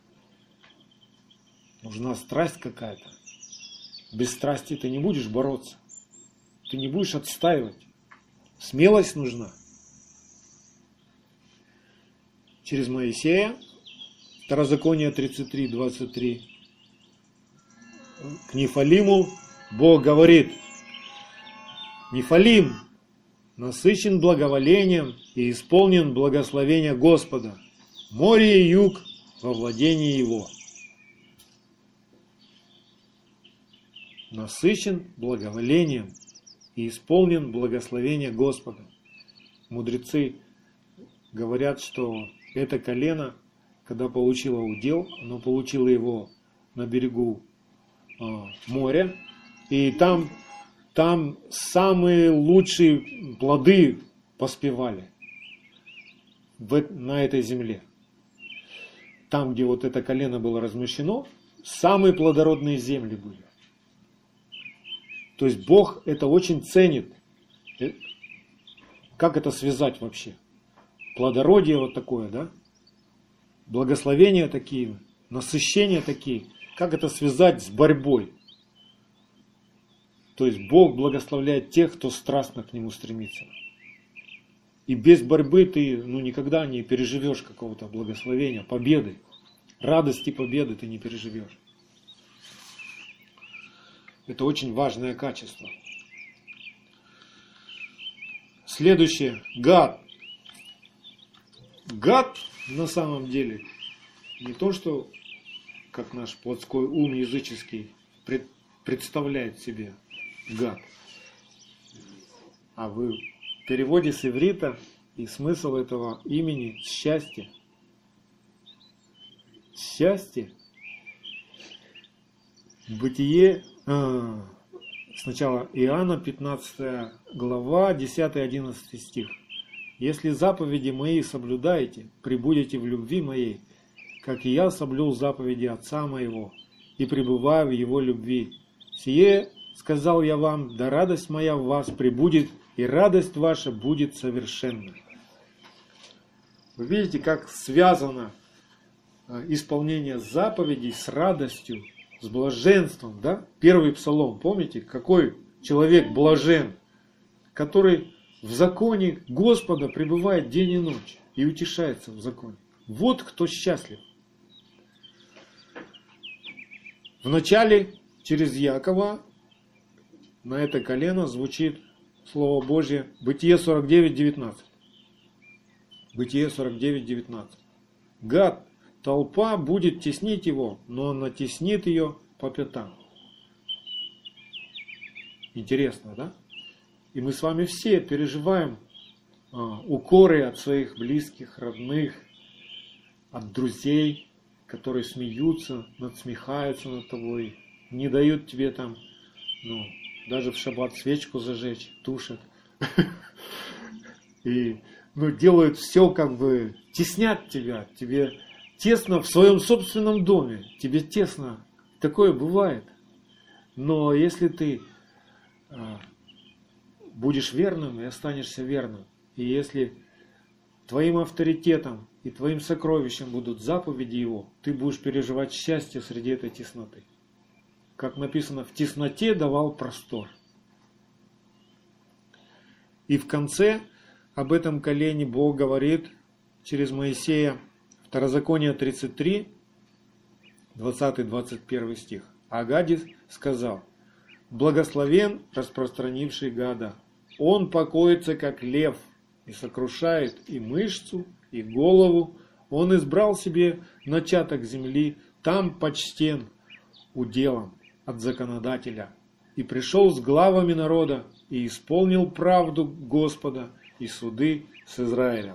Нужна страсть какая-то. Без страсти ты не будешь бороться. Ты не будешь отстаивать. Смелость нужна. Через Моисея, Второзаконие тридцать три, двадцать три, к Нефалиму Бог говорит: Нефалим насыщен благоволением и исполнен благословения Господа. Море и юг во владении его. Насыщен благоволением и исполнен благословения Господа. Мудрецы говорят, что это колено, когда получило удел, оно получило его на берегу э, моря, и там, там самые лучшие плоды поспевали в, на этой земле. Там, где вот это колено было размещено, самые плодородные земли были. То есть Бог это очень ценит. Как это связать вообще? Плодородие вот такое, да? Благословения такие, насыщения такие. Как это связать с борьбой? То есть Бог благословляет тех, кто страстно к Нему стремится. И без борьбы ты ну, никогда не переживешь какого-то благословения, победы. Радости победы ты не переживешь. Это очень важное качество. Следующее. Гад. Гад на самом деле не то, что как наш плотской ум языческий пред, представляет себе гад. А в переводе с иврита и смысл этого имени счастье. Счастье. Бытие. А, сначала Иоанна, пятнадцатая глава, десятый-одиннадцатый стих. если заповеди мои соблюдаете, пребудете в любви моей, как и я соблюл заповеди Отца моего, и пребываю в его любви. Сие сказал я вам, да радость моя в вас пребудет, и радость ваша будет совершенна». Вы видите, как связано исполнение заповедей с радостью, с блаженством, да? Первый псалом, помните, какой человек блажен, который в законе Господа пребывает день и ночь и утешается в законе. Вот кто счастлив. Вначале через Якова на это колено звучит Слово Божье, Бытие сорок девять девятнадцать. Бытие сорок девять девятнадцать. Гад, толпа будет теснить его, но он натеснит ее по пятам. Интересно, да? И мы с вами все переживаем а, укоры от своих близких, родных, от друзей, которые смеются, надсмехаются над тобой, не дают тебе там, ну, даже в шаббат свечку зажечь, тушат. И, ну, делают все, как бы, теснят тебя, тебе тесно в своем собственном доме, тебе тесно, такое бывает. Но если ты а, будешь верным и останешься верным, и если твоим авторитетом и твоим сокровищем будут заповеди Его, ты будешь переживать счастье среди этой тесноты. Как написано, в тесноте давал простор. И в конце об этом колене Бог говорит через Моисея, Второзаконие тридцать три, двадцатый двадцать первый стих. А Гаде сказал: «Благословен распространивший Гада, он покоится, как лев, и сокрушает и мышцу, и голову. Он избрал себе начаток земли, там почтен уделом от законодателя. И пришел с главами народа, и исполнил правду Господа и суды с Израилем».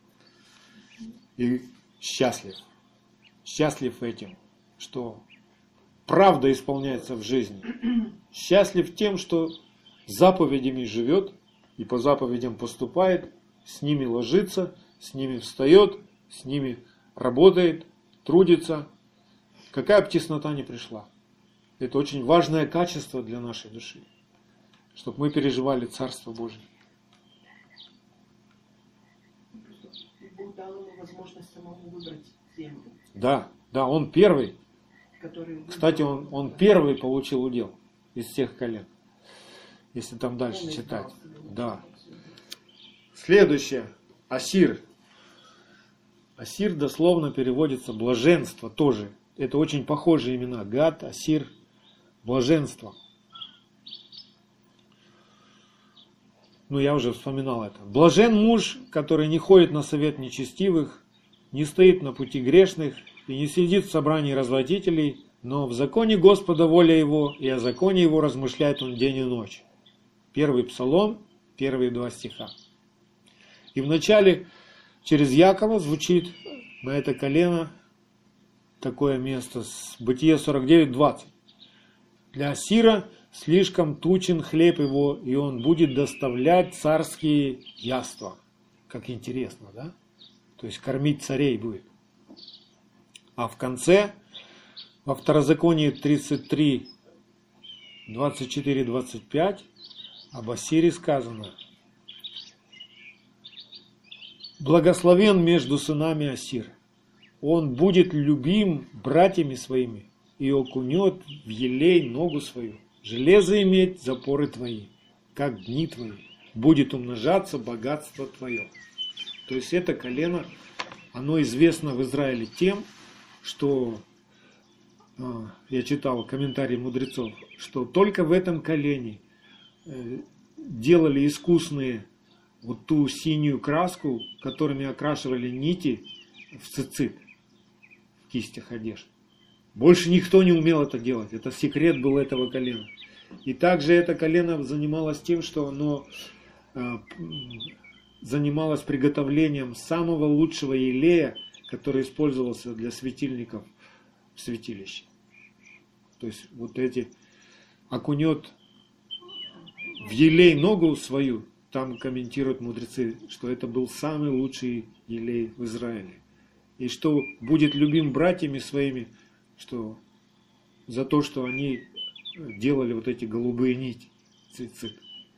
И счастлив. Счастлив этим, что правда исполняется в жизни. Счастлив тем, что заповедями живет и по заповедям поступает, с ними ложится, с ними встает, с ними работает, трудится. Какая бы теснота ни пришла. Это очень важное качество для нашей души, чтобы мы переживали Царство Божие. Бог дал ему возможность самому выбрать землю. Да, да, он первый. Который Кстати, он, он первый получил удел из всех колен. Если там дальше он читать. избрал, Да. Следующее. Асир. Асир дословно переводится блаженство тоже. Это очень похожие имена. Гад, Асир, блаженство. Ну, я уже вспоминал это. Блажен муж, который не ходит на совет нечестивых, не стоит на пути грешных и не сидит в собрании развратителей, но в законе Господа воля его, и о законе его размышляет он день и ночь. Первый псалом, первые два стиха. И вначале через Якова звучит на это колено такое место с Бытие сорок девять двадцать. Для Асира слишком тучен хлеб его, и он будет доставлять царские яства. Как интересно, да? То есть кормить царей будет. А в конце, во Второзаконии тридцать три, двадцать четыре двадцать пять, об Асире сказано: «Благословен между сынами Асир. Он будет любим братьями своими и окунет в елей ногу свою. Железо иметь запоры твои, как дни твои. Будет умножаться богатство твое». То есть это колено, оно известно в Израиле тем, что, я читал комментарии мудрецов, что только в этом колене делали искусные вот ту синюю краску, которыми окрашивали нити в цицит, в кистях одежд. Больше никто не умел это делать. Это секрет был этого колена. И также это колено занималось тем, что оно э, занималось приготовлением самого лучшего елея, который использовался для светильников в святилище. То есть вот эти окунет в елей ногу свою, там комментируют мудрецы, что это был самый лучший елей в Израиле. И что будет любим братьями своими, что за то, что они делали вот эти голубые нити, цицит.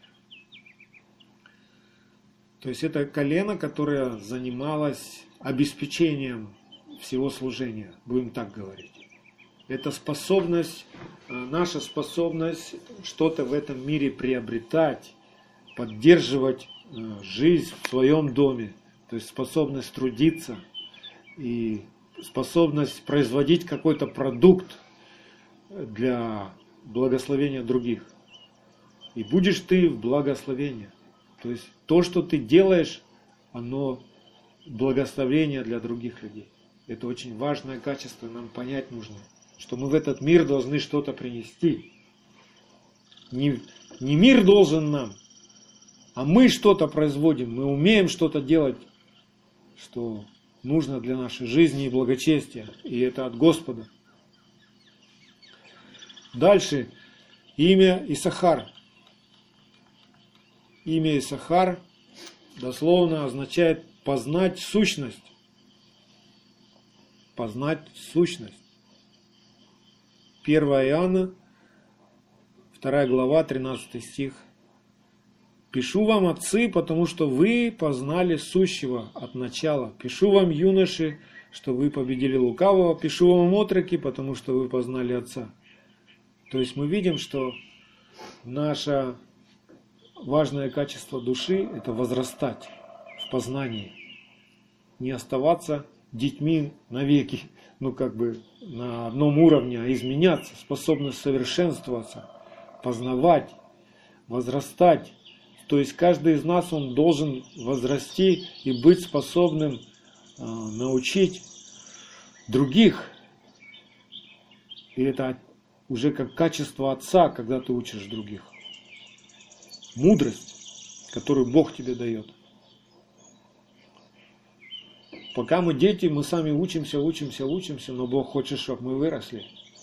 То есть это колено, которое занималось обеспечением всего служения, будем так говорить. Это способность, наша способность что-то в этом мире приобретать, поддерживать жизнь в своем доме, то есть способность трудиться и способность производить какой-то продукт для благословения других. И будешь ты в благословении. То есть то, что ты делаешь, оно благословение для других людей. Это очень важное качество, нам понять нужно, что мы в этот мир должны что-то принести. Не, не мир должен нам, а мы что-то производим, мы умеем что-то делать, что нужно для нашей жизни и благочестия. И это от Господа. Дальше. Имя Исахар. Имя Исахар дословно означает познать сущность. Познать сущность. первое Иоанна, вторая глава, тринадцатый стих. «Пишу вам, отцы, потому что вы познали сущего от начала. Пишу вам, юноши, что вы победили лукавого. Пишу вам, отроки, потому что вы познали Отца». То есть мы видим, что наше важное качество души – это возрастать в познании. Не оставаться детьми навеки, ну как бы на одном уровне, а изменяться, способность совершенствоваться, познавать, возрастать. То есть каждый из нас, он должен возрасти и быть способным э, научить других. И это уже как качество отца, когда ты учишь других. Мудрость, которую Бог тебе дает. Пока мы дети, мы сами учимся, учимся, учимся, но Бог хочет, чтобы мы выросли.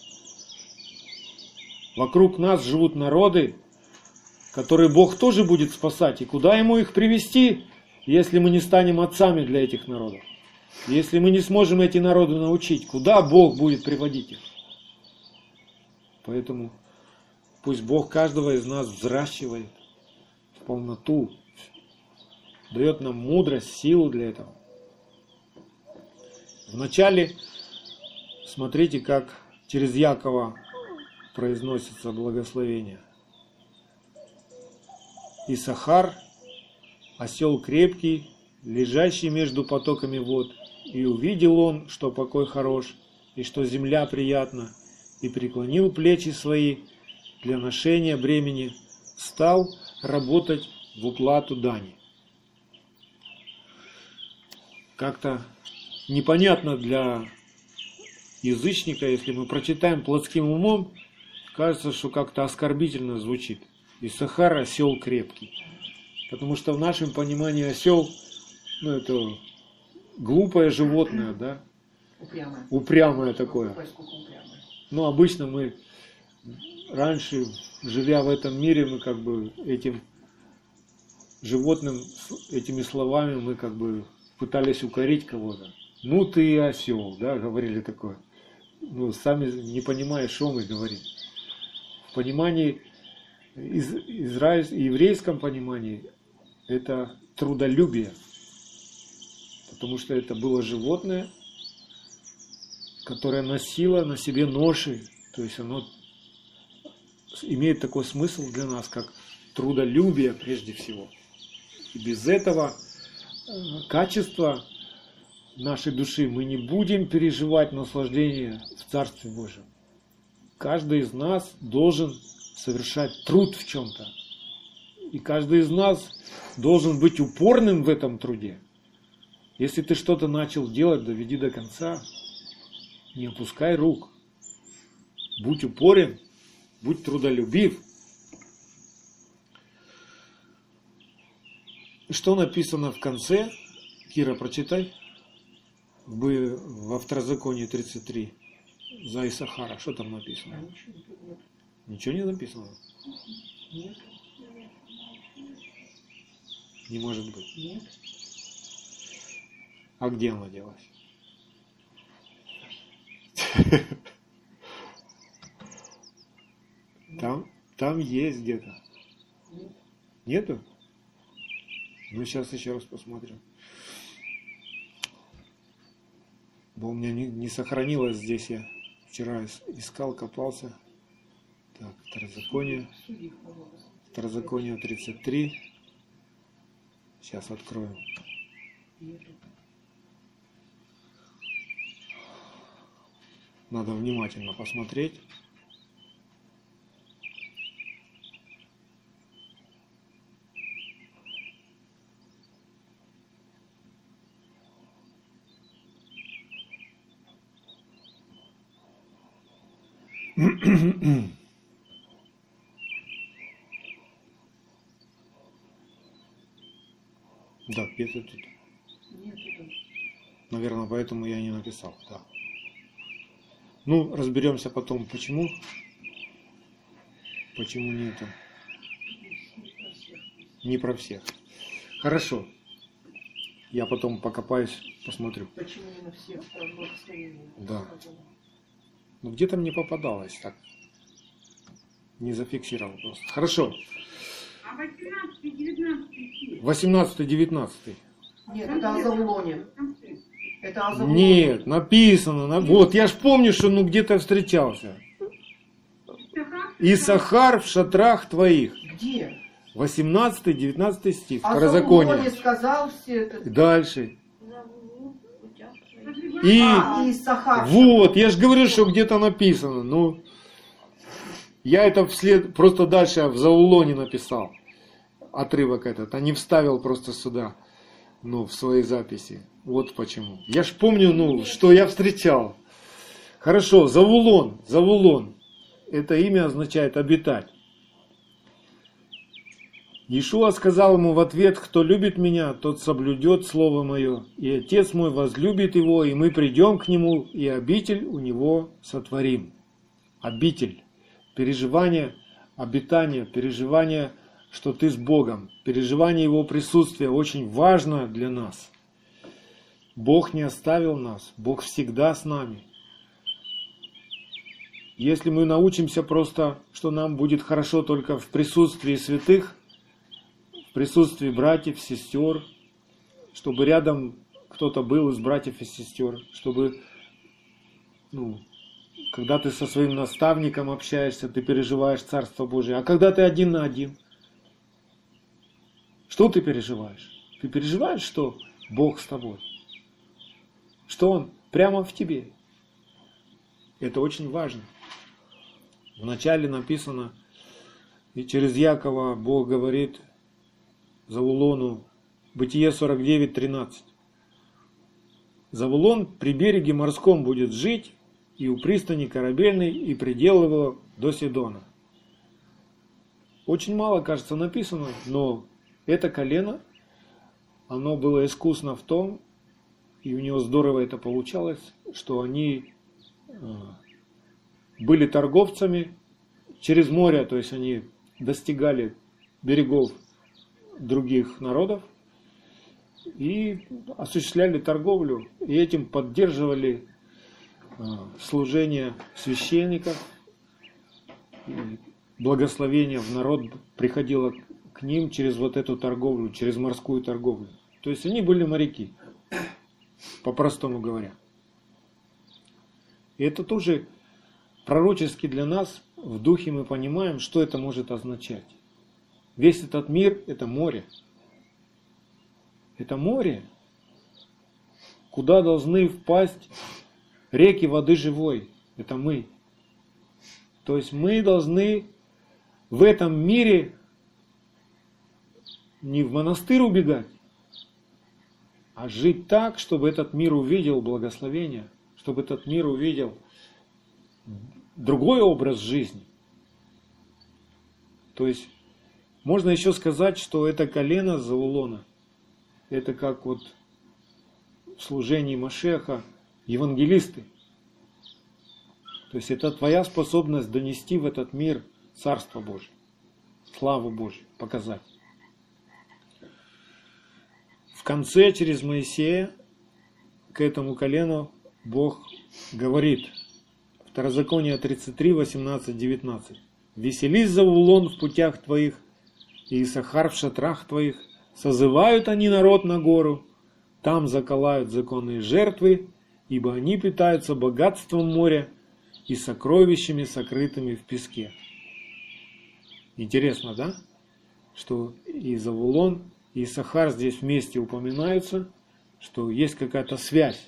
Вокруг нас живут народы, которые Бог тоже будет спасать. И куда Ему их привести, если мы не станем отцами для этих народов? Если мы не сможем эти народы научить, куда Бог будет приводить их? Поэтому пусть Бог каждого из нас взращивает в полноту, дает нам мудрость, силу для этого. Вначале смотрите, как через Якова произносится благословение. Исахар, осел крепкий, лежащий между потоками вод, и увидел он, что покой хорош, и что земля приятна, и преклонил плечи свои для ношения бремени, стал работать в уплату дани. Как-то непонятно для язычника, если мы прочитаем плотским умом, кажется, что как-то оскорбительно звучит. Исахар — осел крепкий. Потому что в нашем понимании осел, ну, это глупое животное, да? Упрямое. Упрямое такое. Но обычно мы раньше, живя в этом мире, мы как бы этим животным, этими словами мы как бы пытались укорить кого-то. Ну ты осел, да, говорили такое. Ну, сами не понимая, что мы говорим. В понимании, из, израиль, еврейском понимании, это трудолюбие. Потому что это было животное, которое носило на себе ноши. То есть оно имеет такой смысл для нас, как трудолюбие прежде всего. И без этого качества нашей души мы не будем переживать наслаждение в Царстве Божьем. Каждый из нас должен совершать труд в чем-то. И каждый из нас должен быть упорным в этом труде. Если ты что-то начал делать, доведи до конца. Не опускай рук. Будь упорен, будь трудолюбив. Что написано в конце? Кира, прочитай. Во Второзаконии тридцать три. За Исахара. Что там написано? Ничего не написано? Нет. Не может быть. Нет. А где она делась? Там, там есть где-то. Нет. Нету? Ну, сейчас еще раз посмотрим. Бо у меня не, не сохранилось здесь. Я вчера искал, копался. Так, Второзаконие. Судьи, пожалуйста. Второзаконие тридцать три. Сейчас откроем. Нету. Надо внимательно посмотреть. Да, где-то тут. Нету там. Наверное, поэтому я не написал. Да. Ну, разберемся потом, почему. Почему нету. Не про всех. Не про всех. Хорошо. Я потом покопаюсь, посмотрю. Почему не на всех? Про благословение. Да. Ну, где-то мне попадалось так. Не зафиксировал просто. Хорошо. А восемнадцатый, девятнадцатый стих? восемнадцатый девятнадцатый. Нет, это о Завулоне. Это о Завулоне. Нет, написано. На... Вот, я ж помню, что ну где-то встречался. Исахар в шатрах твоих. Где? восемнадцатый девятнадцатый стих. О Второзаконие. Завулоне сказал все это. Дальше. И А, и Сахар. вот, я же говорю, что где-то написано. Ну, я это вслед просто дальше в Заулоне написал. Отрывок этот, а не вставил просто сюда, ну, в свои записи. Вот почему. Я ж помню, ну, что я встречал. Хорошо, Завулон, Завулон. Это имя означает обитать. Иешуа сказал ему в ответ: кто любит меня, тот соблюдет слово мое, и Отец мой возлюбит его, и мы придем к нему, и обитель у него сотворим. Обитель, переживание, обитание, переживание, что ты с Богом, переживание его присутствия очень важно для нас. Бог не оставил нас, Бог всегда с нами. Если мы научимся просто, что нам будет хорошо только в присутствии святых, в присутствии братьев, сестер, чтобы рядом кто-то был из братьев и сестер, чтобы, ну, когда ты со своим наставником общаешься, ты переживаешь Царство Божие, а когда ты один на один, что ты переживаешь? Ты переживаешь, что Бог с тобой, что Он прямо в тебе. Это очень важно. Вначале написано, и через Якова Бог говорит Завулону, Бытие сорок девять тринадцать. Завулон при береге морском будет жить, и у пристани корабельной, и предел его до Сидона. Очень мало, кажется, написано, но это колено, оно было искусно в том, и у него здорово это получалось, что они были торговцами через море, то есть они достигали берегов других народов и осуществляли торговлю, и этим поддерживали служение священников, и благословение в народ приходило к ним через вот эту торговлю, через морскую торговлю. То есть они были моряки, по-простому говоря. И это тоже пророчески для нас, в духе мы понимаем, что это может означать. Весь этот мир – это море. Это море, куда должны впасть реки воды живой. Это мы. То есть мы должны в этом мире не в монастырь убегать, а жить так, чтобы этот мир увидел благословение, чтобы этот мир увидел другой образ жизни. То есть можно еще сказать, что это колено Завулона, это как вот в служении Машеха евангелисты. То есть это твоя способность донести в этот мир Царство Божие, славу Божию показать. в конце через Моисея к этому колену Бог говорит. Второзаконие тридцать три, восемнадцать, девятнадцать. «Веселись, Завулон, в путях твоих, и Иссахар в шатрах твоих. Созывают они народ на гору, там заколают законные жертвы, ибо они питаются богатством моря и сокровищами, сокрытыми в песке». Интересно, да? Что и Завулон, и Иссахар здесь вместе упоминаются, что есть какая-то связь.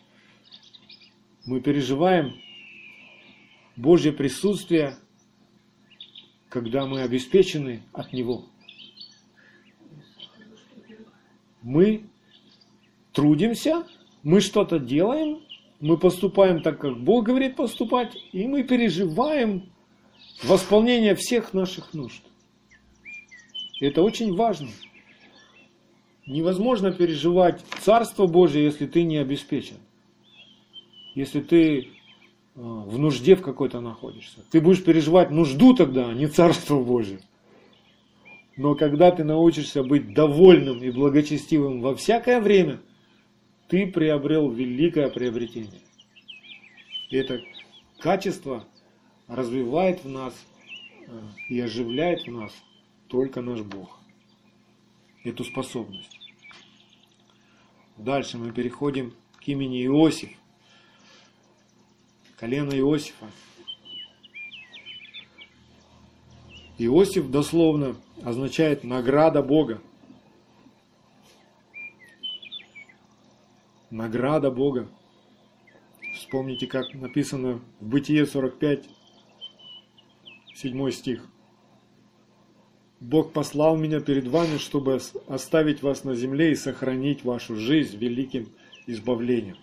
Мы переживаем Божье присутствие, когда мы обеспечены от Него. Мы трудимся, мы что-то делаем, мы поступаем так, как Бог говорит поступать, и мы переживаем восполнение всех наших нужд. Это очень важно. Невозможно переживать Царство Божие, если ты не обеспечен. Если ты в нужде в какой-то находишься. Ты будешь переживать нужду тогда, а не Царство Божие. Но когда ты научишься быть довольным и благочестивым во всякое время, ты приобрел великое приобретение. И это качество развивает в нас и оживляет в нас только наш Бог. Эту способность. Дальше мы переходим к имени Иосиф. Колено Иосифа. Иосиф дословно означает награда Бога. Награда Бога. Вспомните, как написано в Бытие сорок пять, седьмой стих. «Бог послал меня перед вами, чтобы оставить вас на земле и сохранить вашу жизнь великим избавлением».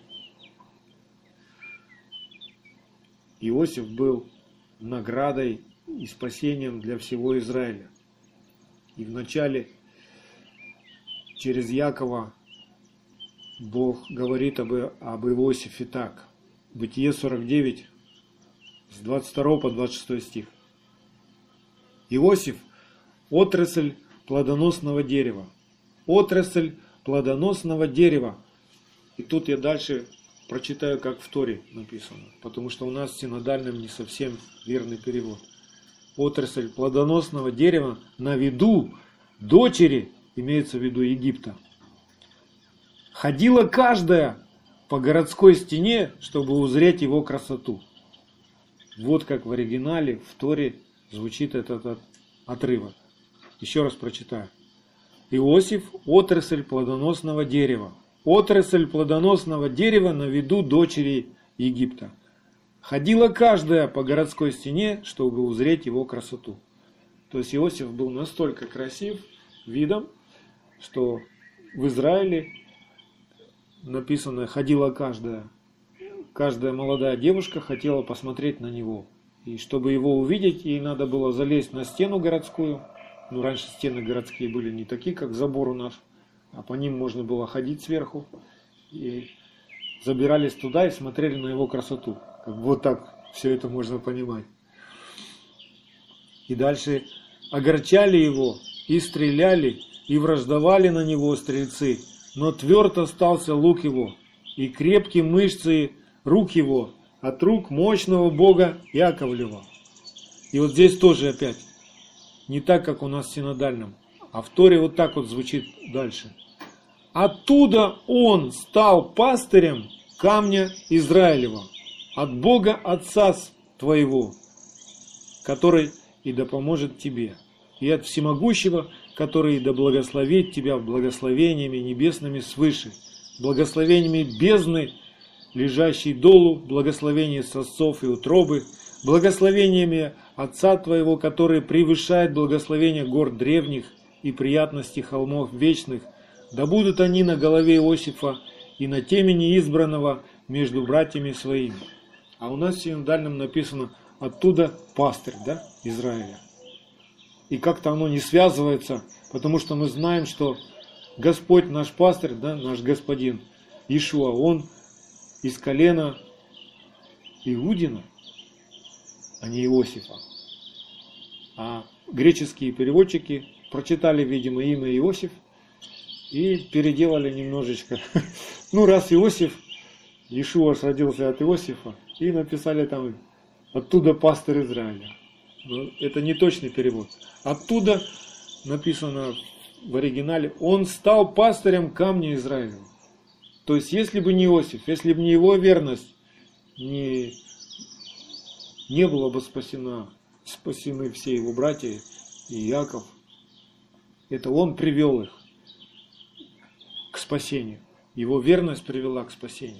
Иосиф был наградой и спасением для всего Израиля. И вначале через Якова Бог говорит об, об Иосифе так. Бытие сорок девять, с двадцать второго по двадцать шестой стих. «Иосиф – отрасль плодоносного дерева». Отрасль плодоносного дерева. И тут я дальше прочитаю, как в Торе написано, потому что у нас в синодальном не совсем верный перевод. Отрасль плодоносного дерева на виду дочери, имеется в виду Египта, ходила каждая по городской стене, чтобы узреть его красоту. Вот как в оригинале, в Торе звучит этот отрывок. Еще раз прочитаю. Иосиф – отрасль плодоносного дерева. Отрасль плодоносного дерева на виду дочери Египта. Ходила каждая по городской стене, чтобы узреть его красоту. То есть Иосиф был настолько красив видом, что в Израиле написано «ходила каждая». Каждая молодая девушка хотела посмотреть на него. И чтобы его увидеть, ей надо было залезть на стену городскую. Ну, раньше стены городские были не такие, как забор у нас, а по ним можно было ходить сверху. И забирались туда и смотрели на его красоту. Как вот так все это можно понимать. И дальше огорчали его, и стреляли, и враждовали на него стрельцы. Но тверд остался лук его, и крепкие мышцы рук его от рук мощного Бога Яковлева. И вот здесь тоже опять не так, как у нас в синодальном, а в Торе вот так вот звучит дальше. Оттуда он стал пастырем камня Израилева, от Бога Отца твоего, который и да поможет тебе, и от Всемогущего, который и да благословит тебя благословениями небесными свыше, благословениями бездны, лежащей долу, благословение сосцов и утробы, благословениями Отца твоего, который превышает благословение гор древних и приятности холмов вечных, да будут они на голове Иосифа и на темени избранного между братьями своими. А у нас в синодальном написано оттуда пастырь, да, Израиля. И как-то оно не связывается, потому что мы знаем, что Господь наш пастырь, да, наш Господин Иешуа, Он из колена Иудина, а не Иосифа. А греческие переводчики прочитали, видимо, имя Иосиф и переделали немножечко. Ну, раз Иосиф, Иешуа родился от Иосифа, и написали там «Оттуда пастырь Израиля». Но это не точный перевод. Оттуда написано в оригинале «Он стал пастырем камня Израиля». То есть, если бы не Иосиф, если бы не его верность, не, не было бы спасена, спасены все его братья и Иаков. Это он привел их к спасению. Его верность привела к спасению.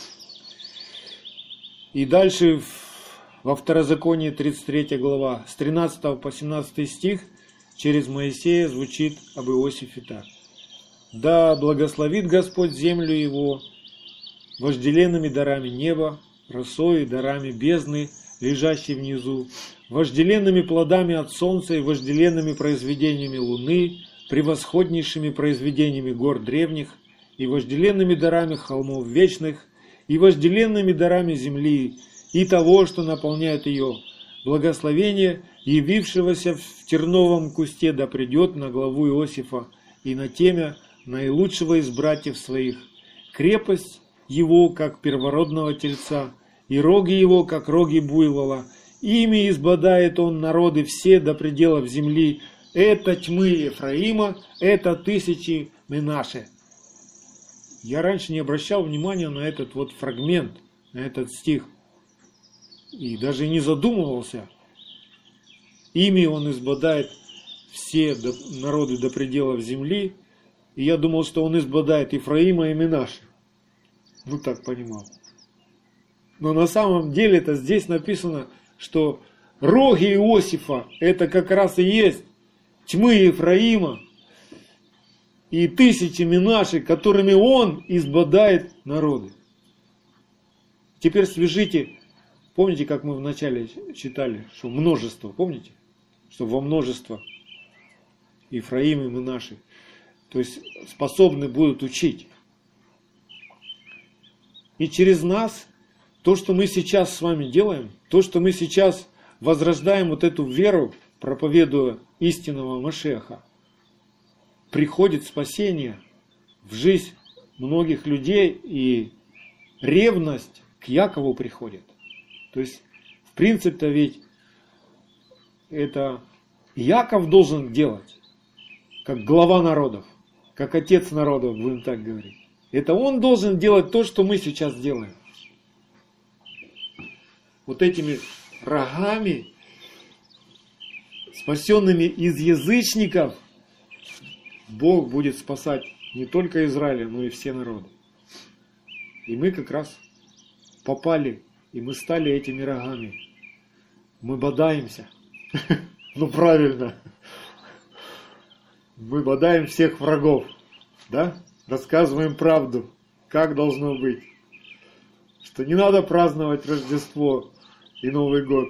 И дальше во Второзаконии тридцать третья глава, с тринадцатого по семнадцатый стих, через Моисея звучит об Иосифе так. «Да благословит Господь землю его вожделенными дарами неба, росой и дарами бездны, лежащей внизу, вожделенными плодами от солнца и вожделенными произведениями луны, превосходнейшими произведениями гор древних, и вожделенными дарами холмов вечных, и вожделенными дарами земли, и того, что наполняет ее. Благословение, явившегося в терновом кусте, да придет на главу Иосифа и на темя наилучшего из братьев своих. Крепость его, как первородного тельца, и роги его, как роги буйвола. Ими избодает он народы все до пределов земли. Это тьмы Ефраима, это тысячи Менаше». Я раньше не обращал внимания на этот вот фрагмент, на этот стих. И даже не задумывался. Ими он избодает все до, народы до пределов земли. И я думал, что он избодает Ефраима и Менаше. Ну так понимал. Но на самом деле это здесь написано, что роги Иосифа это как раз и есть тьмы Ефраима и тысячи Менаше, которыми он избодает народы. Теперь свяжите, помните, как мы вначале читали, что множество, помните? Что во множество Ефраим и Менаше. То есть способны будут учить. И через нас, то, что мы сейчас с вами делаем, то, что мы сейчас возрождаем вот эту веру, проповедуя истинного Машеха, приходит спасение в жизнь многих людей, и ревность к Якову приходит. То есть, в принципе-то ведь это Яков должен делать, как глава народов, как отец народов, будем так говорить. Это он должен делать то, что мы сейчас делаем. Вот этими рогами, спасенными из язычников, Бог будет спасать не только Израиля, но и все народы. И мы как раз попали, и мы стали этими рогами. Мы бодаемся. Ну правильно. Мы бодаем всех врагов. Да? Рассказываем правду, как должно быть. Что не надо праздновать Рождество и Новый год.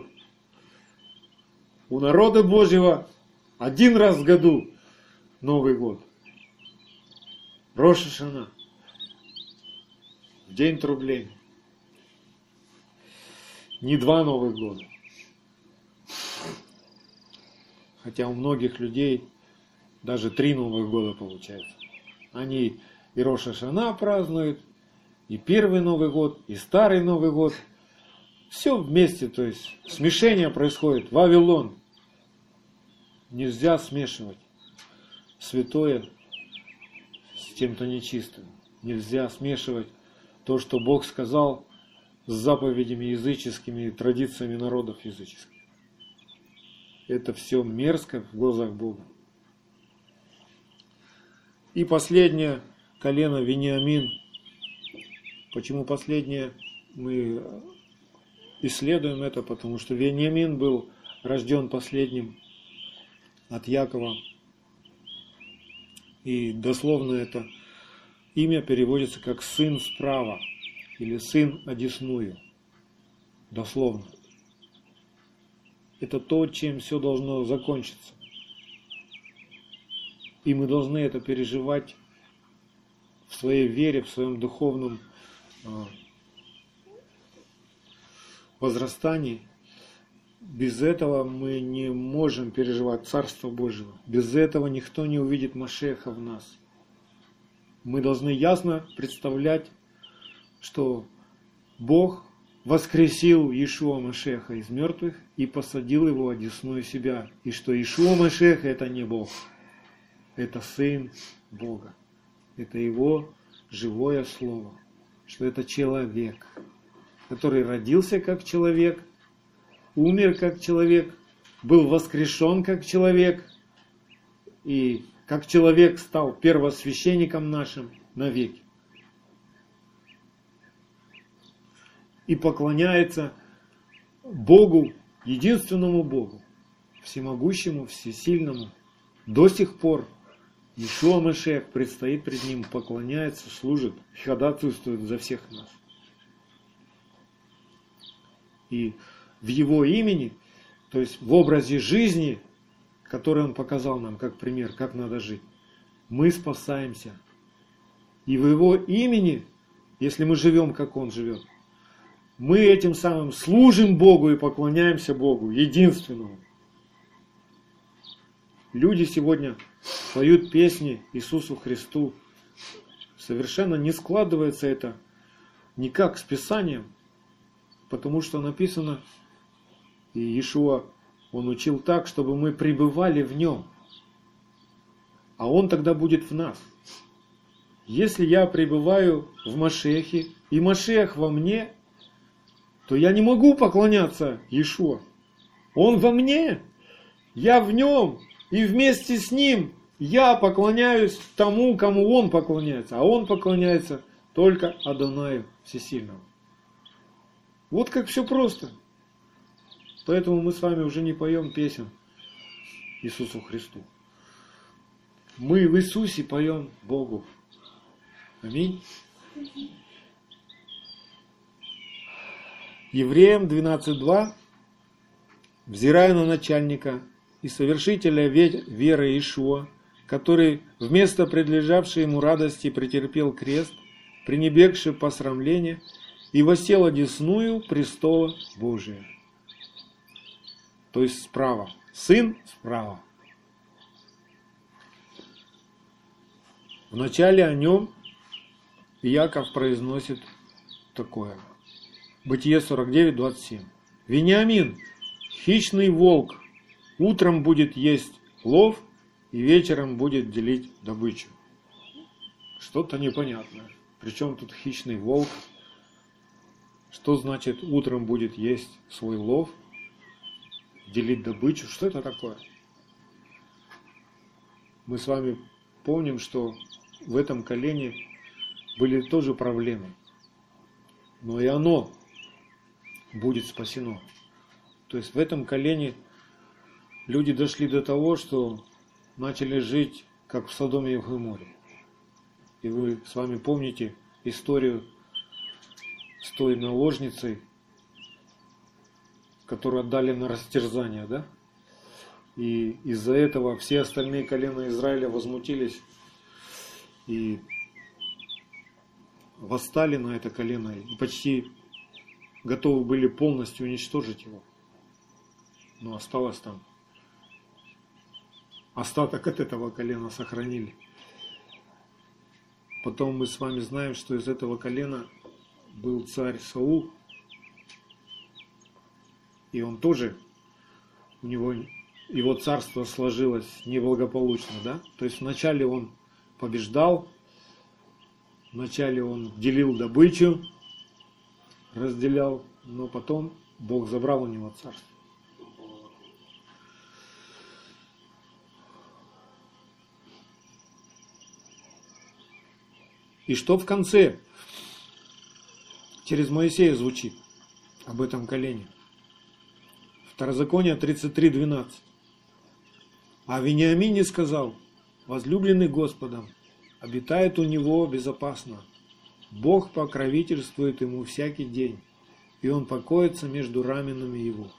У народа Божьего один раз в году Новый год. Рош ха-Шана. В день трубления. Не два Новых года. Хотя у многих людей даже три Новых года получается. Они и Рош ха-Шана празднуют, и первый Новый год, и старый Новый год. Все вместе, то есть смешение происходит. Вавилон. Нельзя смешивать святое с чем-то нечистым. Нельзя смешивать то, что Бог сказал, с заповедями языческими, традициями народов языческих. Это все мерзко в глазах Бога. И последнее колено Вениамин. Почему последнее? Мы исследуем это, потому что Вениамин был рожден последним от Якова. И дословно это имя переводится как «сын справа» или «сын одесную». Дословно. Это то, чем все должно закончиться. И мы должны это переживать в своей вере, в своем духовном возрастании. Без этого мы не можем переживать Царство Божие. Без этого никто не увидит Машеха в нас. мы должны ясно представлять, что Бог воскресил Иешуа Машеха из мертвых и посадил его одесную себя. И что Иешуа Машеха это не Бог, это Сын Бога. Это Его живое Слово. Что это человек, который родился как человек, умер как человек, был воскрешен как человек и как человек стал первосвященником нашим навеки. И поклоняется Богу, единственному Богу, всемогущему, всесильному. До сих пор Иешуа Машех предстоит пред Ним, поклоняется, служит, ходатайствует за всех нас. И в Его имени, то есть в образе жизни, который Он показал нам как пример, как надо жить, мы спасаемся. И в Его имени, если мы живем, как Он живет, мы этим самым служим Богу и поклоняемся Богу, единственному. Люди сегодня поют песни Иисусу Христу. Совершенно не складывается это никак с Писанием, потому что написано, и Иешуа, Он учил так, чтобы мы пребывали в Нем, а Он тогда будет в нас. Если я пребываю в Машехе, и Машех во мне, то я не могу поклоняться Иешуа. Он во мне, я в Нем, и вместе с Ним я поклоняюсь тому, кому Он поклоняется, а Он поклоняется только Адонаю Всесильному. Вот как все просто. Поэтому мы с вами уже не поем песен Иисусу Христу. Мы в Иисусе поем Богу. Аминь. Евреям двенадцать два. Взирая на начальника и совершителя веры Иешуа, который вместо предлежавшей ему радости претерпел крест, пренебрегший посрамление, и воссел одесную престола Божия. То есть справа. Сын справа. Вначале о нем Иаков произносит такое. Бытие сорок девять двадцать семь. Вениамин, хищный волк, утром будет есть лов и вечером будет делить добычу. Что-то непонятное. Причем тут хищный волк? Что значит утром будет есть свой лов, делить добычу? Что это такое? Мы с вами помним, что в этом колене были тоже проблемы. Но и оно будет спасено. То есть в этом колене люди дошли до того, что начали жить как в Содоме и в Гоморе. И вы с вами помните историю с той наложницей, которую отдали на растерзание, да? И из-за этого все остальные колена Израиля возмутились и восстали на это колено и почти готовы были полностью уничтожить его. Но осталось там. Остаток от этого колена сохранили. Потом мы с вами знаем, что из этого колена был царь Саул. И он тоже, у него, его царство сложилось неблагополучно, да? То есть вначале он побеждал, вначале он делил добычу, разделял, но потом Бог забрал у него царство. И что в конце через Моисея звучит об этом колене? Второзаконие тридцать три двенадцать. А Вениамине сказал: возлюбленный Господом, обитает у него безопасно. Бог покровительствует ему всякий день, и он покоится между раменами его.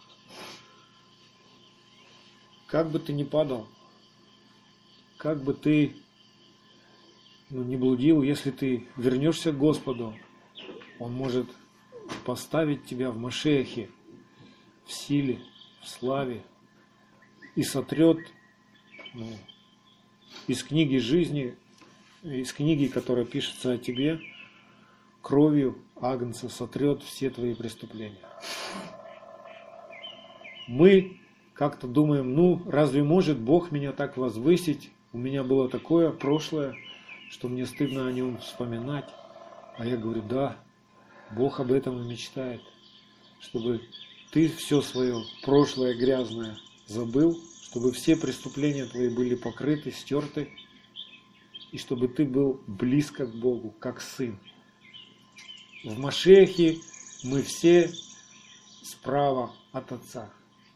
Как бы ты ни падал, как бы ты ну, не блудил, если ты вернешься к Господу, Он может поставить тебя в Машехе, в силе, в славе, и сотрет ну, из книги жизни из книги, которая пишется о тебе, кровью Агнца сотрет все твои преступления. Мы как-то думаем, ну, разве может Бог меня так возвысить? У меня было такое прошлое, что мне стыдно о нем вспоминать. А я говорю, да, Бог об этом и мечтает, чтобы ты все свое прошлое грязное забыл, чтобы все преступления твои были покрыты, стерты, и чтобы ты был близко к Богу, как сын. В Машиахе мы все справа от Отца.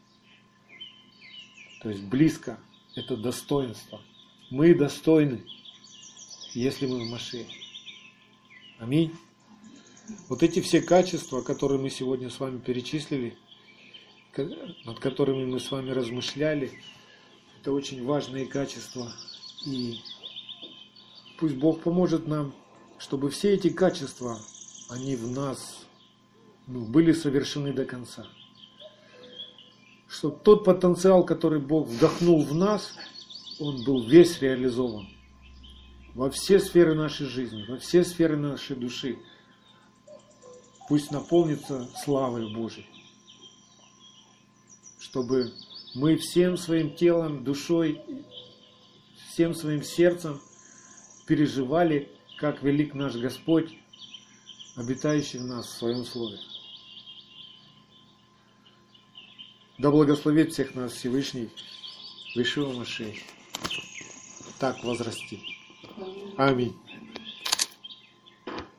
То есть близко – это достоинство. Мы достойны, если мы в Машиахе. Аминь. Вот эти все качества, которые мы сегодня с вами перечислили, над которыми мы с вами размышляли, это очень важные качества. И пусть Бог поможет нам, чтобы все эти качества, они в нас ну, были совершены до конца. Чтобы тот потенциал, который Бог вдохнул в нас, он был весь реализован во все сферы нашей жизни, во все сферы нашей души. Пусть наполнится славой Божией, чтобы мы всем своим телом, душой, всем своим сердцем переживали, как велик наш Господь, обитающий в нас в Своем Слове. Да благословит всех нас Всевышний в Иешуа Машиахе. Так возрасти. Аминь.